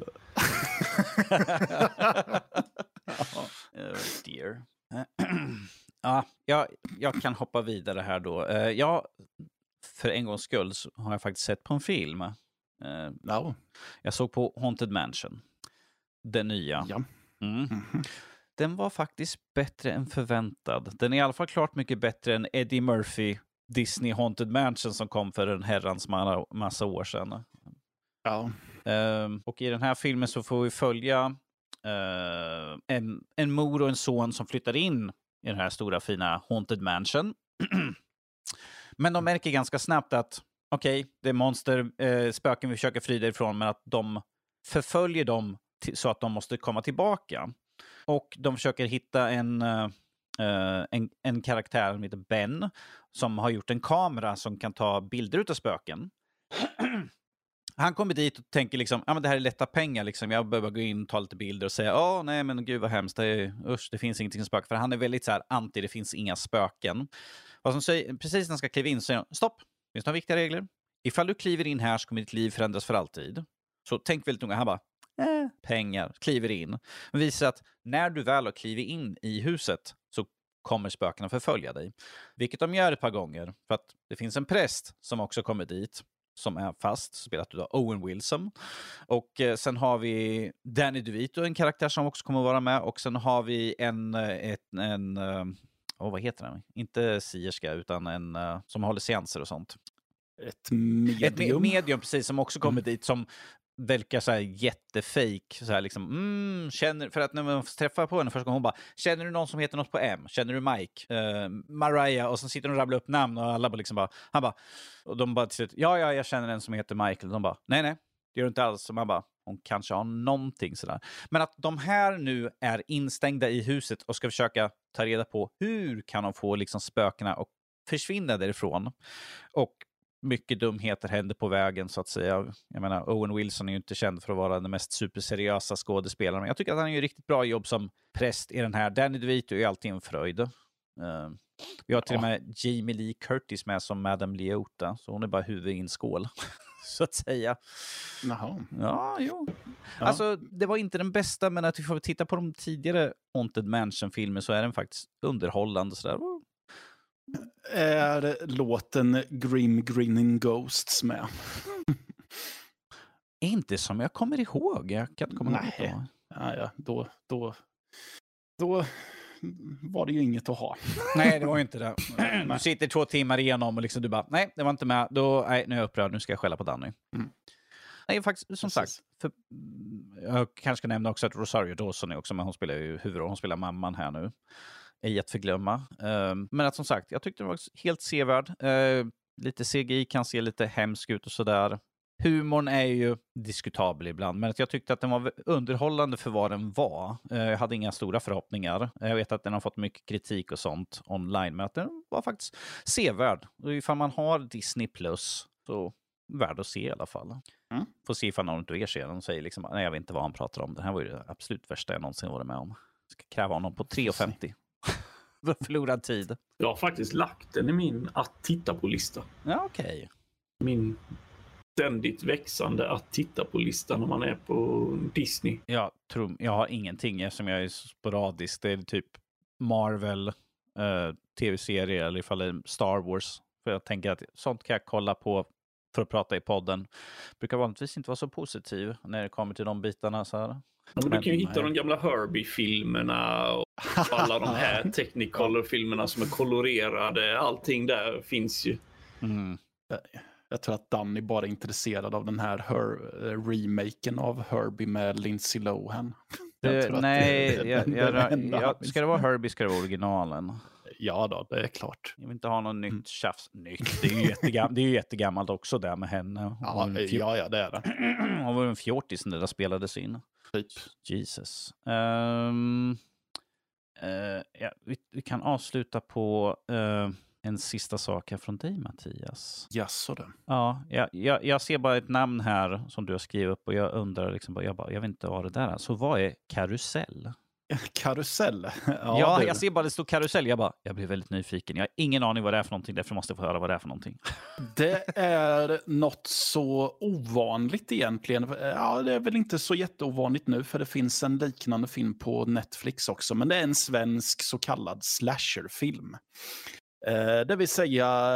Oh dear. Ja, jag, jag kan hoppa vidare här då. Uh, ja, för en gångs skull så har jag faktiskt sett på en film. Uh, no. Jag såg på Haunted Mansion. Den nya. Ja. Mm. Mm-hmm. Den var faktiskt bättre än förväntad. Den är i alla fall klart mycket bättre än Eddie Murphy Disney Haunted Mansion som kom för en herrans massa år sedan. Ja. Uh, och i den här filmen så får vi följa uh, en, en mor och en son som flyttar in i den här stora fina Haunted Mansion. Men de märker ganska snabbt att okej, okay, det är monster, eh, spöken vi försöker flyda ifrån, men att de förföljer dem t- så att de måste komma tillbaka. Och de försöker hitta en, uh, en, en karaktär som heter Ben som har gjort en kamera som kan ta bilder utav spöken. Han kommer dit och tänker liksom, ja men det här är lätta pengar liksom. Jag behöver gå in och ta lite bilder och säga, åh nej men gud vad hemskt, det är, usch, det finns ingenting som spökar. För han är väldigt så här anti, det finns inga spöken. Vad som säger, precis när han ska kliva in så säger han, stopp, finns det några viktiga regler? Ifall du kliver in här så kommer ditt liv förändras för alltid. Så tänk väldigt noga, han bara, eh, pengar, kliver in. Men visar att när du väl har klivit in i huset så kommer spökena förfölja dig. Vilket de gör ett par gånger. För att det finns en präst som också kommer dit. Som är fast, spelat av Owen Wilson. Och eh, sen har vi Danny DeVito, en karaktär som också kommer att vara med. Och sen har vi en, ett, en oh, vad heter den? Inte sierska utan en uh, som håller seanser och sånt. Ett medium. Ett medium, precis, som också kommer mm. dit som verkar så här jättefake, så här liksom, mm, känner, för att när man träffar på henne första gången, hon bara, känner du någon som heter något på M? Känner du Mike? Uh, Mariah? Och så sitter de och rabblar upp namn och alla bara liksom bara, han bara, och de bara till slut, ja, ja, jag känner en som heter Michael. De bara, nej, nej, det gör du inte alls. Så man bara, hon kanske har någonting sådär. Men att de här nu är instängda i huset och ska försöka ta reda på hur kan de få liksom spökena att försvinna därifrån. Och mycket dumheter händer på vägen så att säga. Jag menar, Owen Wilson är ju inte känd för att vara den mest superseriösa skådespelaren. Men jag tycker att han gör riktigt bra jobb som präst i den här. Danny DeVito är alltid en fröjd. Uh, vi har till och med Jamie Lee Curtis med som Madame Leota. Så hon är bara huvud i en skål. Så att säga. Jaha. Ja, jo. Ja. Alltså, det var inte den bästa, men att vi får titta på de tidigare Haunted Mansion-filmer så är den faktiskt underhållande. Sådär. Är låten Grim Grinning Ghosts med? Inte som jag kommer ihåg. Jag kan inte komma Nej. ihåg då. Ja, ja, då, då, då var det ju inget att ha. Nej, det var ju inte det. Du sitter två timmar igenom och liksom du bara, nej, det var inte med. Då, nej, nu är jag upprörd. Nu ska jag skälla på Danny. Mm. Nej, faktiskt, som Precis. sagt. För, jag kanske ska nämna också att Rosario Dawson är också, men hon spelar ju huvudroll. Hon spelar mamman här nu. Ej att förglömma. Uh, men att som sagt, jag tyckte det var helt sevärd. Uh, lite C G I kan se lite hemsk ut och sådär. Humorn är ju diskutabel ibland, men att jag tyckte att den var underhållande för vad den var. Uh, jag hade inga stora förhoppningar. Jag vet att den har fått mycket kritik och sånt online, men att den var faktiskt sevärd. Och ifall man har Disney Plus så värd att se i alla fall. Mm. Får se ifall någon av er ser den och säger liksom, nej jag vet inte vad han pratar om. Den här var ju det absolut värsta jag någonsin varit med om. Jag ska kräva honom på tre femtio. Förlorad tid. Jag har faktiskt lagt den i min att titta på lista. Ja, okej. Okay. Min ständigt växande att titta på listan när man är på Disney. Jag tror jag har ingenting eftersom jag är sporadisk. Det är typ Marvel uh, tv-serie eller ifall det är Star Wars. För jag tänker att sånt kan jag kolla på för att prata i podden. Brukar vanligtvis inte vara så positiv när det kommer till de bitarna så här. Ja, men du kan ju hitta de gamla Herbie-filmerna och alla de här Technicolor-filmerna som är kolorerade. Allting där finns ju. Mm. Jag tror att Danny bara är intresserad av den här her- remaken av Herbie med Lindsay Lohan. Det, nej, det, jag, jag, jag, jag, ska det vara Herbie ska det vara originalen. Ja då, det är klart. Jag vill inte ha något nytt mm. tjafs. Nytt, det är ju jättegam- det är ju jättegammalt också där med henne. Ja, ja, ja, det är det. Hon var en fjortis när det där spelades in. Typ. Jesus. Um, uh, ja, vi, vi kan avsluta på uh, en sista sak här från dig, Mattias. Jaså det. Ja, jag, jag, jag ser bara ett namn här som du har skrivit upp och jag undrar liksom, jag, bara, jag vet inte vad det där är. Så vad är karusell? Karusell? Ja, ja jag ser bara det står karusell. Jag bara, jag blir väldigt nyfiken. Jag har ingen aning vad det är för någonting. Därför måste jag få höra vad det är för någonting. Det är något så ovanligt egentligen. Ja, det är väl inte så jätteovanligt nu. För det finns en liknande film på Netflix också. Men det är en svensk så kallad slasherfilm. Eh, det vill säga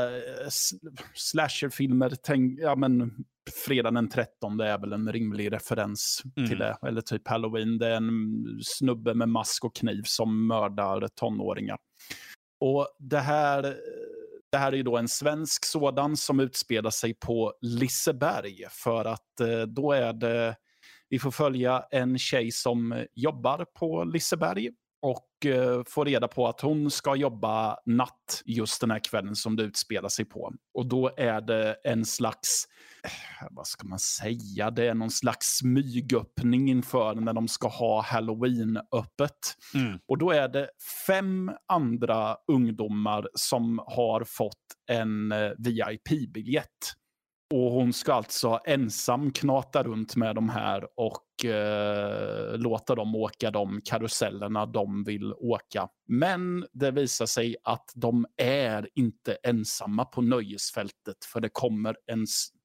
slasherfilmer. Tänk, ja men fredagen den trettonde är väl en rimlig referens mm. till det. Eller typ Halloween. Det är en snubbe med mask och kniv som mördar tonåringar. Och det här, det här är ju då en svensk sådan som utspelar sig på Liseberg. För att eh, då är det, vi får följa en tjej som jobbar på Liseberg. och eh, får reda på att hon ska jobba natt just den här kvällen som det utspelar sig på. Och då är det en slags, eh, vad ska man säga, det är någon slags smygöppning inför när de ska ha Halloween-öppet. Mm. Och då är det fem andra ungdomar som har fått en eh, V I P-biljett. Och hon ska alltså ensam knata runt med de här och eh, låta dem åka de karusellerna de vill åka. Men det visar sig att de är inte ensamma på nöjesfältet, för det kommer en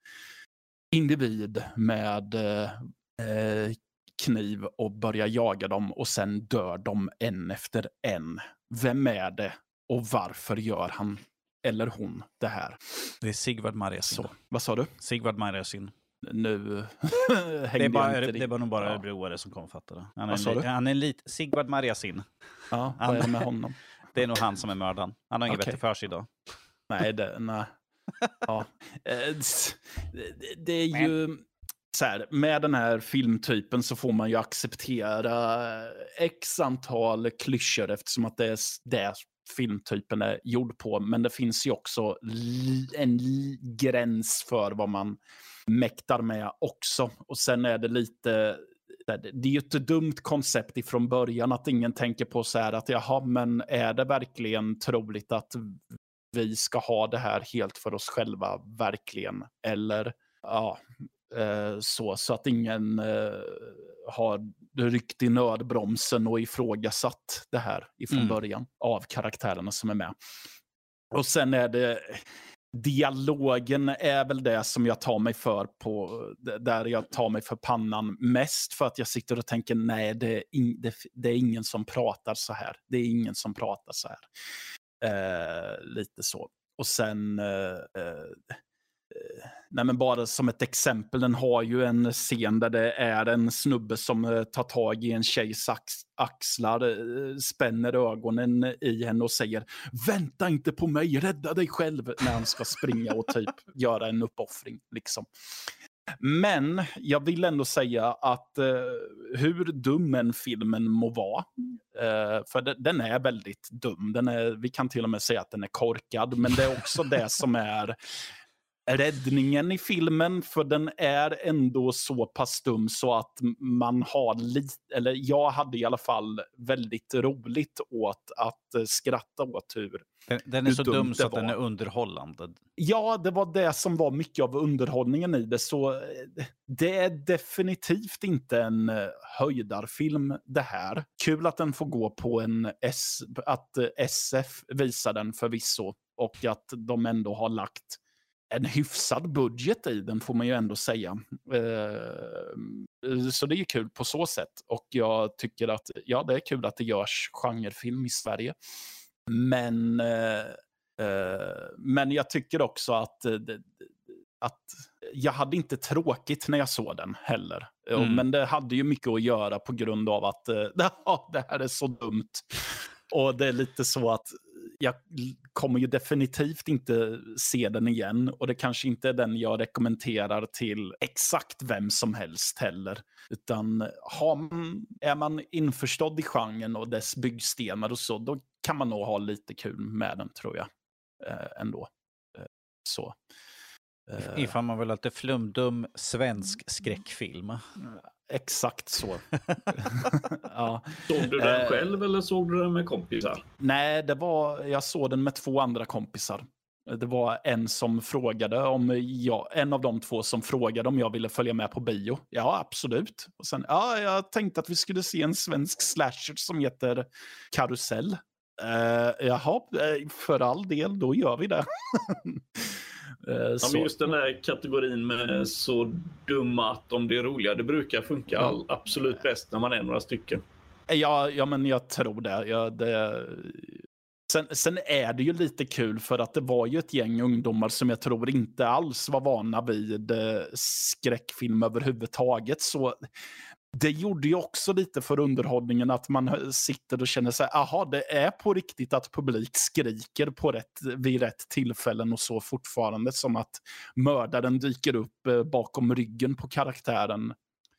individ med eh, kniv och börjar jaga dem och sen dör de en efter en. Vem är det och varför gör han eller hon det här? Det är Sigvard Marjasin. Så, vad sa du? Sigvard Marjasin. Nu Det är, bara, inte det är bara nog bara ja. örebroare som kommer fatta det. Han är, Vad sa en, du? han är en lit... Sigvard Marjasin. Ja, vad är det med honom? Det är nog han som är mördaren. Han har inget Okej. bättre för sig idag. Nej, det, nej. Ja. Eh, det, det är ju så här, med den här filmtypen så får man ju acceptera x antal klyschor eftersom att det är det filmtypen är gjord på. Men det finns ju också li, en li, gräns för vad man mäktar med också. Och sen är det lite... Det är ju ett dumt koncept ifrån början att ingen tänker på så här att jaha, men är det verkligen troligt att vi ska ha det här helt för oss själva verkligen? Eller ja, eh, så, så att ingen eh, har ryckt i nödbromsen och ifrågasatt det här ifrån Mm. början av karaktärerna som är med. Och sen är det... Dialogen är väl det som jag tar mig för på, där jag tar mig för pannan mest, för att jag sitter och tänker nej, det är, in, det, det är ingen som pratar så här. Det är ingen som pratar så här. Eh, lite så. Och sen eh, eh, nej men bara som ett exempel, den har ju en scen där det är en snubbe som eh, tar tag i en tjejs ax, axlar, eh, spänner ögonen i henne och säger vänta inte på mig, rädda dig själv, när han ska springa och typ göra en uppoffring liksom. Men jag vill ändå säga att eh, hur dum en filmen må vara, eh, för det, den är väldigt dum, den är, vi kan till och med säga att den är korkad, men det är också det som är räddningen i filmen, för den är ändå så pass dum så att man har lite, eller jag hade i alla fall väldigt roligt åt att skratta åt hur Den, den är så dum så att var. den är underhållande. Ja, det var det som var mycket av underhållningen i det, så det är definitivt inte en höjdarfilm det här. Kul att den får gå på en S, att S F visar den förvisso, och att de ändå har lagt en hyfsad budget i den, får man ju ändå säga. Eh, så det är ju kul på så sätt. Och jag tycker att ja, det är kul att det görs genrefilm i Sverige. Men, eh, eh, men jag tycker också att, eh, att jag hade inte tråkigt när jag såg den heller. Mm. Men det hade ju mycket att göra på grund av att eh, det här är så dumt. Och det är lite så att jag kommer ju definitivt inte se den igen, och det kanske inte är den jag rekommenderar till exakt vem som helst heller, utan har man, är man införstådd i genren och dess byggstenar och så, då kan man nog ha lite kul med den, tror jag, eh, ändå. Eh, så. Eh. Ifall man vill ha lite flumdum svensk skräckfilm. Exakt så. Ja. Såg du den eh, själv eller såg du den med kompisar? Nej, det var, jag såg den med två andra kompisar. Det var en som frågade om jag, en av de två som frågade om jag ville följa med på bio. Ja, absolut. Och sen, ja, jag tänkte att vi skulle se en svensk slasher som heter Karusell. Uh, jaha, för all del, då gör vi det. uh, ja, men just den där kategorin med så dumma att om det är roliga, det brukar funka all, absolut bäst när man är några stycken. Ja, ja, men jag tror det. Ja, det... Sen, sen är det ju lite kul för att det var ju ett gäng ungdomar som jag tror inte alls var vana vid eh, skräckfilm överhuvudtaget. Så det gjorde ju också lite för underhållningen att man sitter och känner sig, aha, det är på riktigt att publik skriker på rätt, vid rätt tillfällen och så fortfarande, som att mördaren dyker upp eh, bakom ryggen på karaktären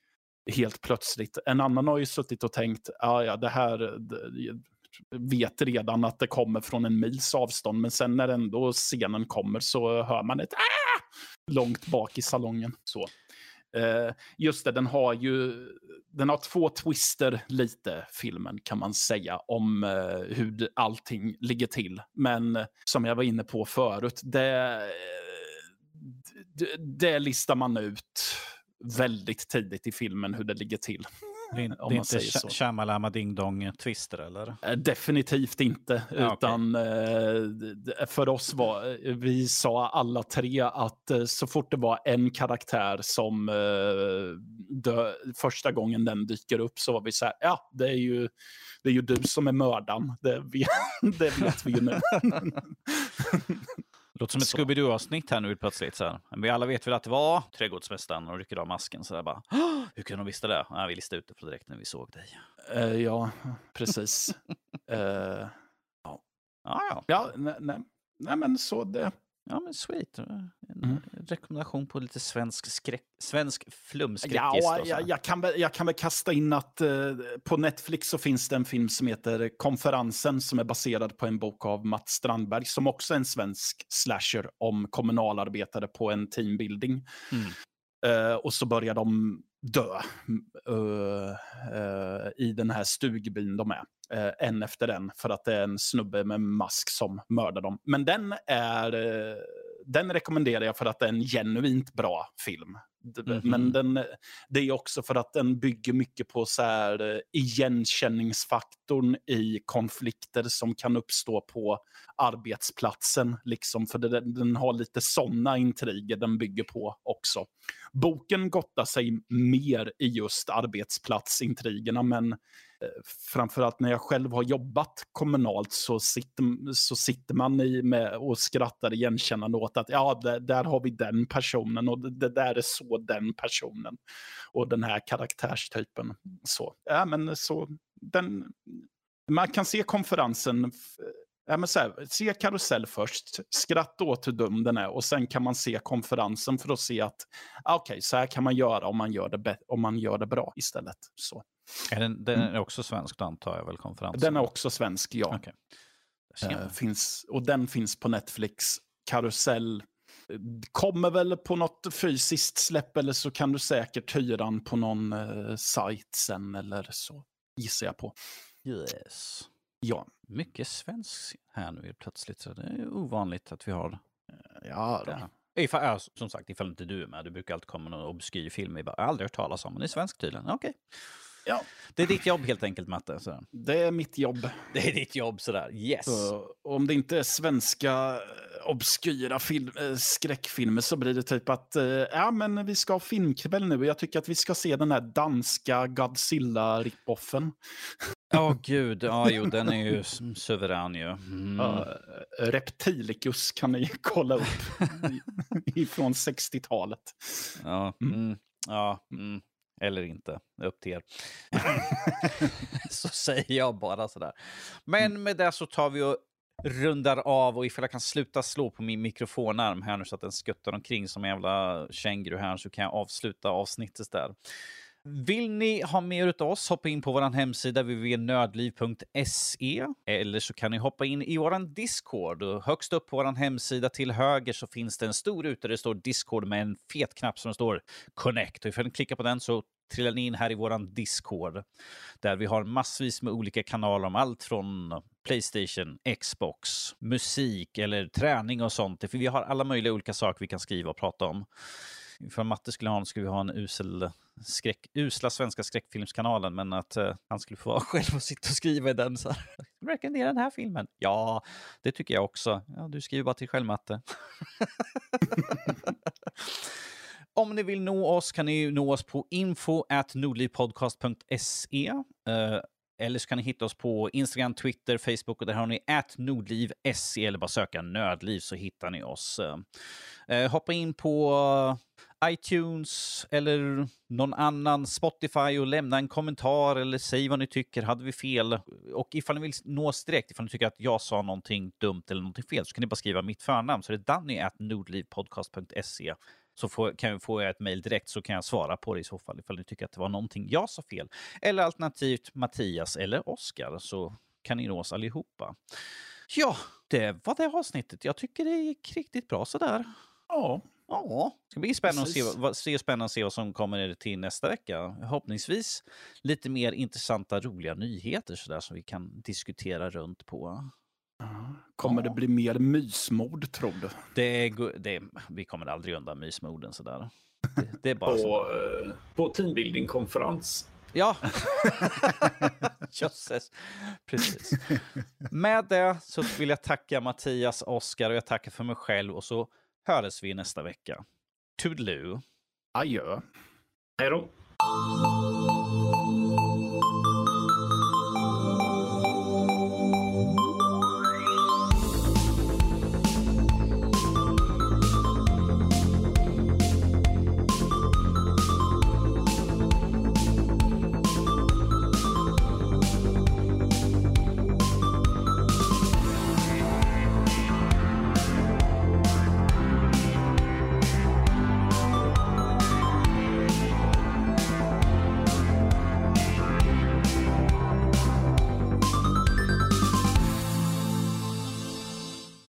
helt plötsligt. En annan har ju suttit och tänkt, ah, ja det här det, vet redan att det kommer från en mils avstånd, men sen när ändå scenen kommer så hör man ett ah! långt bak i salongen. Så. Uh, just det, den har ju den har två twister lite, filmen kan man säga, om uh, hur allting ligger till. Men uh, som jag var inne på förut, det, det, det listar man ut väldigt tidigt i filmen hur det ligger till. Det är, om det är man säger inte så. Shamalama Ding Dong Twister, eller? Uh, definitivt inte. Ja, utan uh, för oss var, vi sa alla tre att uh, så fort det var en karaktär som uh, dö, första gången den dyker upp så var vi så här, ja, det är ju, det är ju du som är mördaren. Det vet, det vet vi ju nu. Låter som ett Scooby-Doo-avsnitt här nu plötsligt. Så här. Men vi alla vet väl att det var Trädgårdsmästaren och rycker av masken. Så där bara, hur kan de visste det? Ja, vi listade ut det för direkt när vi såg dig. Uh, ja, precis. uh, ja. Ja, ja. Ja, nej, nej. nej, men så det... Ja, men sweet. En Mm. rekommendation på lite svensk, skräck, svensk flumskräckis. Ja, då, jag, jag, kan väl, jag kan väl kasta in att uh, på Netflix så finns det en film som heter Konferensen som är baserad på en bok av Mats Strandberg som också är en svensk slasher om kommunalarbetare på en teambuilding. Mm. Uh, och så börjar de dö uh, uh, i den här stugbyn de är. Uh, en efter en för att det är en snubbe med mask som mördar dem. Men den är uh, den rekommenderar jag för att det är en genuint bra film. Mm-hmm. Men den, det är också för att den bygger mycket på så här igenkänningsfaktorn i konflikter som kan uppstå på arbetsplatsen. Liksom, för det, den har lite sådana intriger den bygger på också. Boken gottar sig mer i just arbetsplatsintrigerna, men framförallt när jag själv har jobbat kommunalt så sitter, så sitter man i med och skrattar igenkännande åt att ja, där, där har vi den personen och det, det där är så den personen och den här karaktärstypen. Så, ja, men så den, man kan se konferensen, ja, men så här, se Karusell först, skratta åt hur dum den är och sen kan man se konferensen för att se att okej, okay, så här kan man göra om man gör det, om man gör det bra istället. Så. Är den, den är också svensk, antar jag väl, konferensen? Den är också svensk, ja. Okay. Uh, finns, och den finns på Netflix. Karusell kommer väl på något fysiskt släpp eller så kan du säkert hyra den på någon uh, sajt sen eller så, gissar jag på. Yes. Ja. Mycket svensk här nu plötsligt, så det är ovanligt att vi har. Uh, ja, då. Ja. Ifall, ja, som sagt, ifall inte du är med, det brukar alltid komma någon obskyr film. Jag har aldrig hört talas om, men det är svensk tydligen. Okej. Okay. Ja. Det är ditt jobb helt enkelt, Matte. Så. Det är mitt jobb. Det är ditt jobb, sådär. Yes. Så, om det inte är svenska obskyra film, skräckfilmer så blir det typ att ja, men vi ska ha filmkväll nu och jag tycker att vi ska se den här danska Godzilla-ripoffen. Ja, oh, gud. Ja, jo, den är ju suverän ju. Mm. Uh, Reptilicus kan ni kolla upp ifrån sextiotalet. Ja, mm. ja mm. Eller inte, upp till er. Så säger jag bara sådär. Men med det så tar vi och rundar av, och ifall jag kan sluta slå på min mikrofonarm här nu så att den skuttar omkring som en jävla känguru här, så kan jag avsluta avsnittet där. Vill ni ha mer utav oss, hoppa in på vår hemsida w w w punkt nördliv punkt se, eller så kan ni hoppa in i våran Discord. Och högst upp på vår hemsida till höger så finns det en stor ruta där det står Discord med en fet knapp som står Connect. Och ifall ni klickar på den så trillar ni in här i våran Discord, där vi har massvis med olika kanaler om allt från PlayStation, Xbox, musik eller träning och sånt. För vi har alla möjliga olika saker vi kan skriva och prata om. För Matte skulle ha, skulle vi ha en usel skräck, usla svenska skräckfilmskanalen, men att uh, han skulle få vara själv och sitta och skriva i den. Så jag rekommenderar den här filmen. Ja, det tycker jag också. Ja, du skriver bara till själv, Matte. Om ni vill nå oss kan ni nå oss på info at nordlivpodcast punkt se. Uh, eller så kan ni hitta oss på Instagram, Twitter, Facebook, och där har ni at nordliv punkt se, eller bara söka Nördliv så hittar ni oss. Uh, hoppa in på uh, iTunes eller någon annan Spotify och lämna en kommentar eller säg vad ni tycker. Hade vi fel? Och ifall ni vill nå oss direkt, ifall ni tycker att jag sa någonting dumt eller någonting fel, så kan ni bara skriva mitt förnamn, så det är danny at nordlivpodcast punkt se. så får, kan jag få ett mejl direkt, så kan jag svara på det i så fall ifall ni tycker att det var någonting jag sa fel. Eller alternativt Mattias eller Oskar, så kan ni nå oss allihopa. Ja, det var det avsnittet. Jag tycker det gick riktigt bra sådär. Ja. Ja, det ska bli spännande att se Precis. vad, se, spännande att se vad som kommer till nästa vecka. Förhoppningsvis lite mer intressanta, roliga nyheter så där som vi kan diskutera runt på. Kommer Ja. det bli mer mysmord, tror du? Det är, gu- det är, vi kommer aldrig undan mysmoden sådär. Det, det är bara så. På, eh, på teambuilding-konferens. Ja, jösses. Precis. Med det så vill jag tacka Mattias, Oskar, och jag tackar för mig själv, och så hörs vi nästa vecka. Toodaloo. Adjö. Hej då.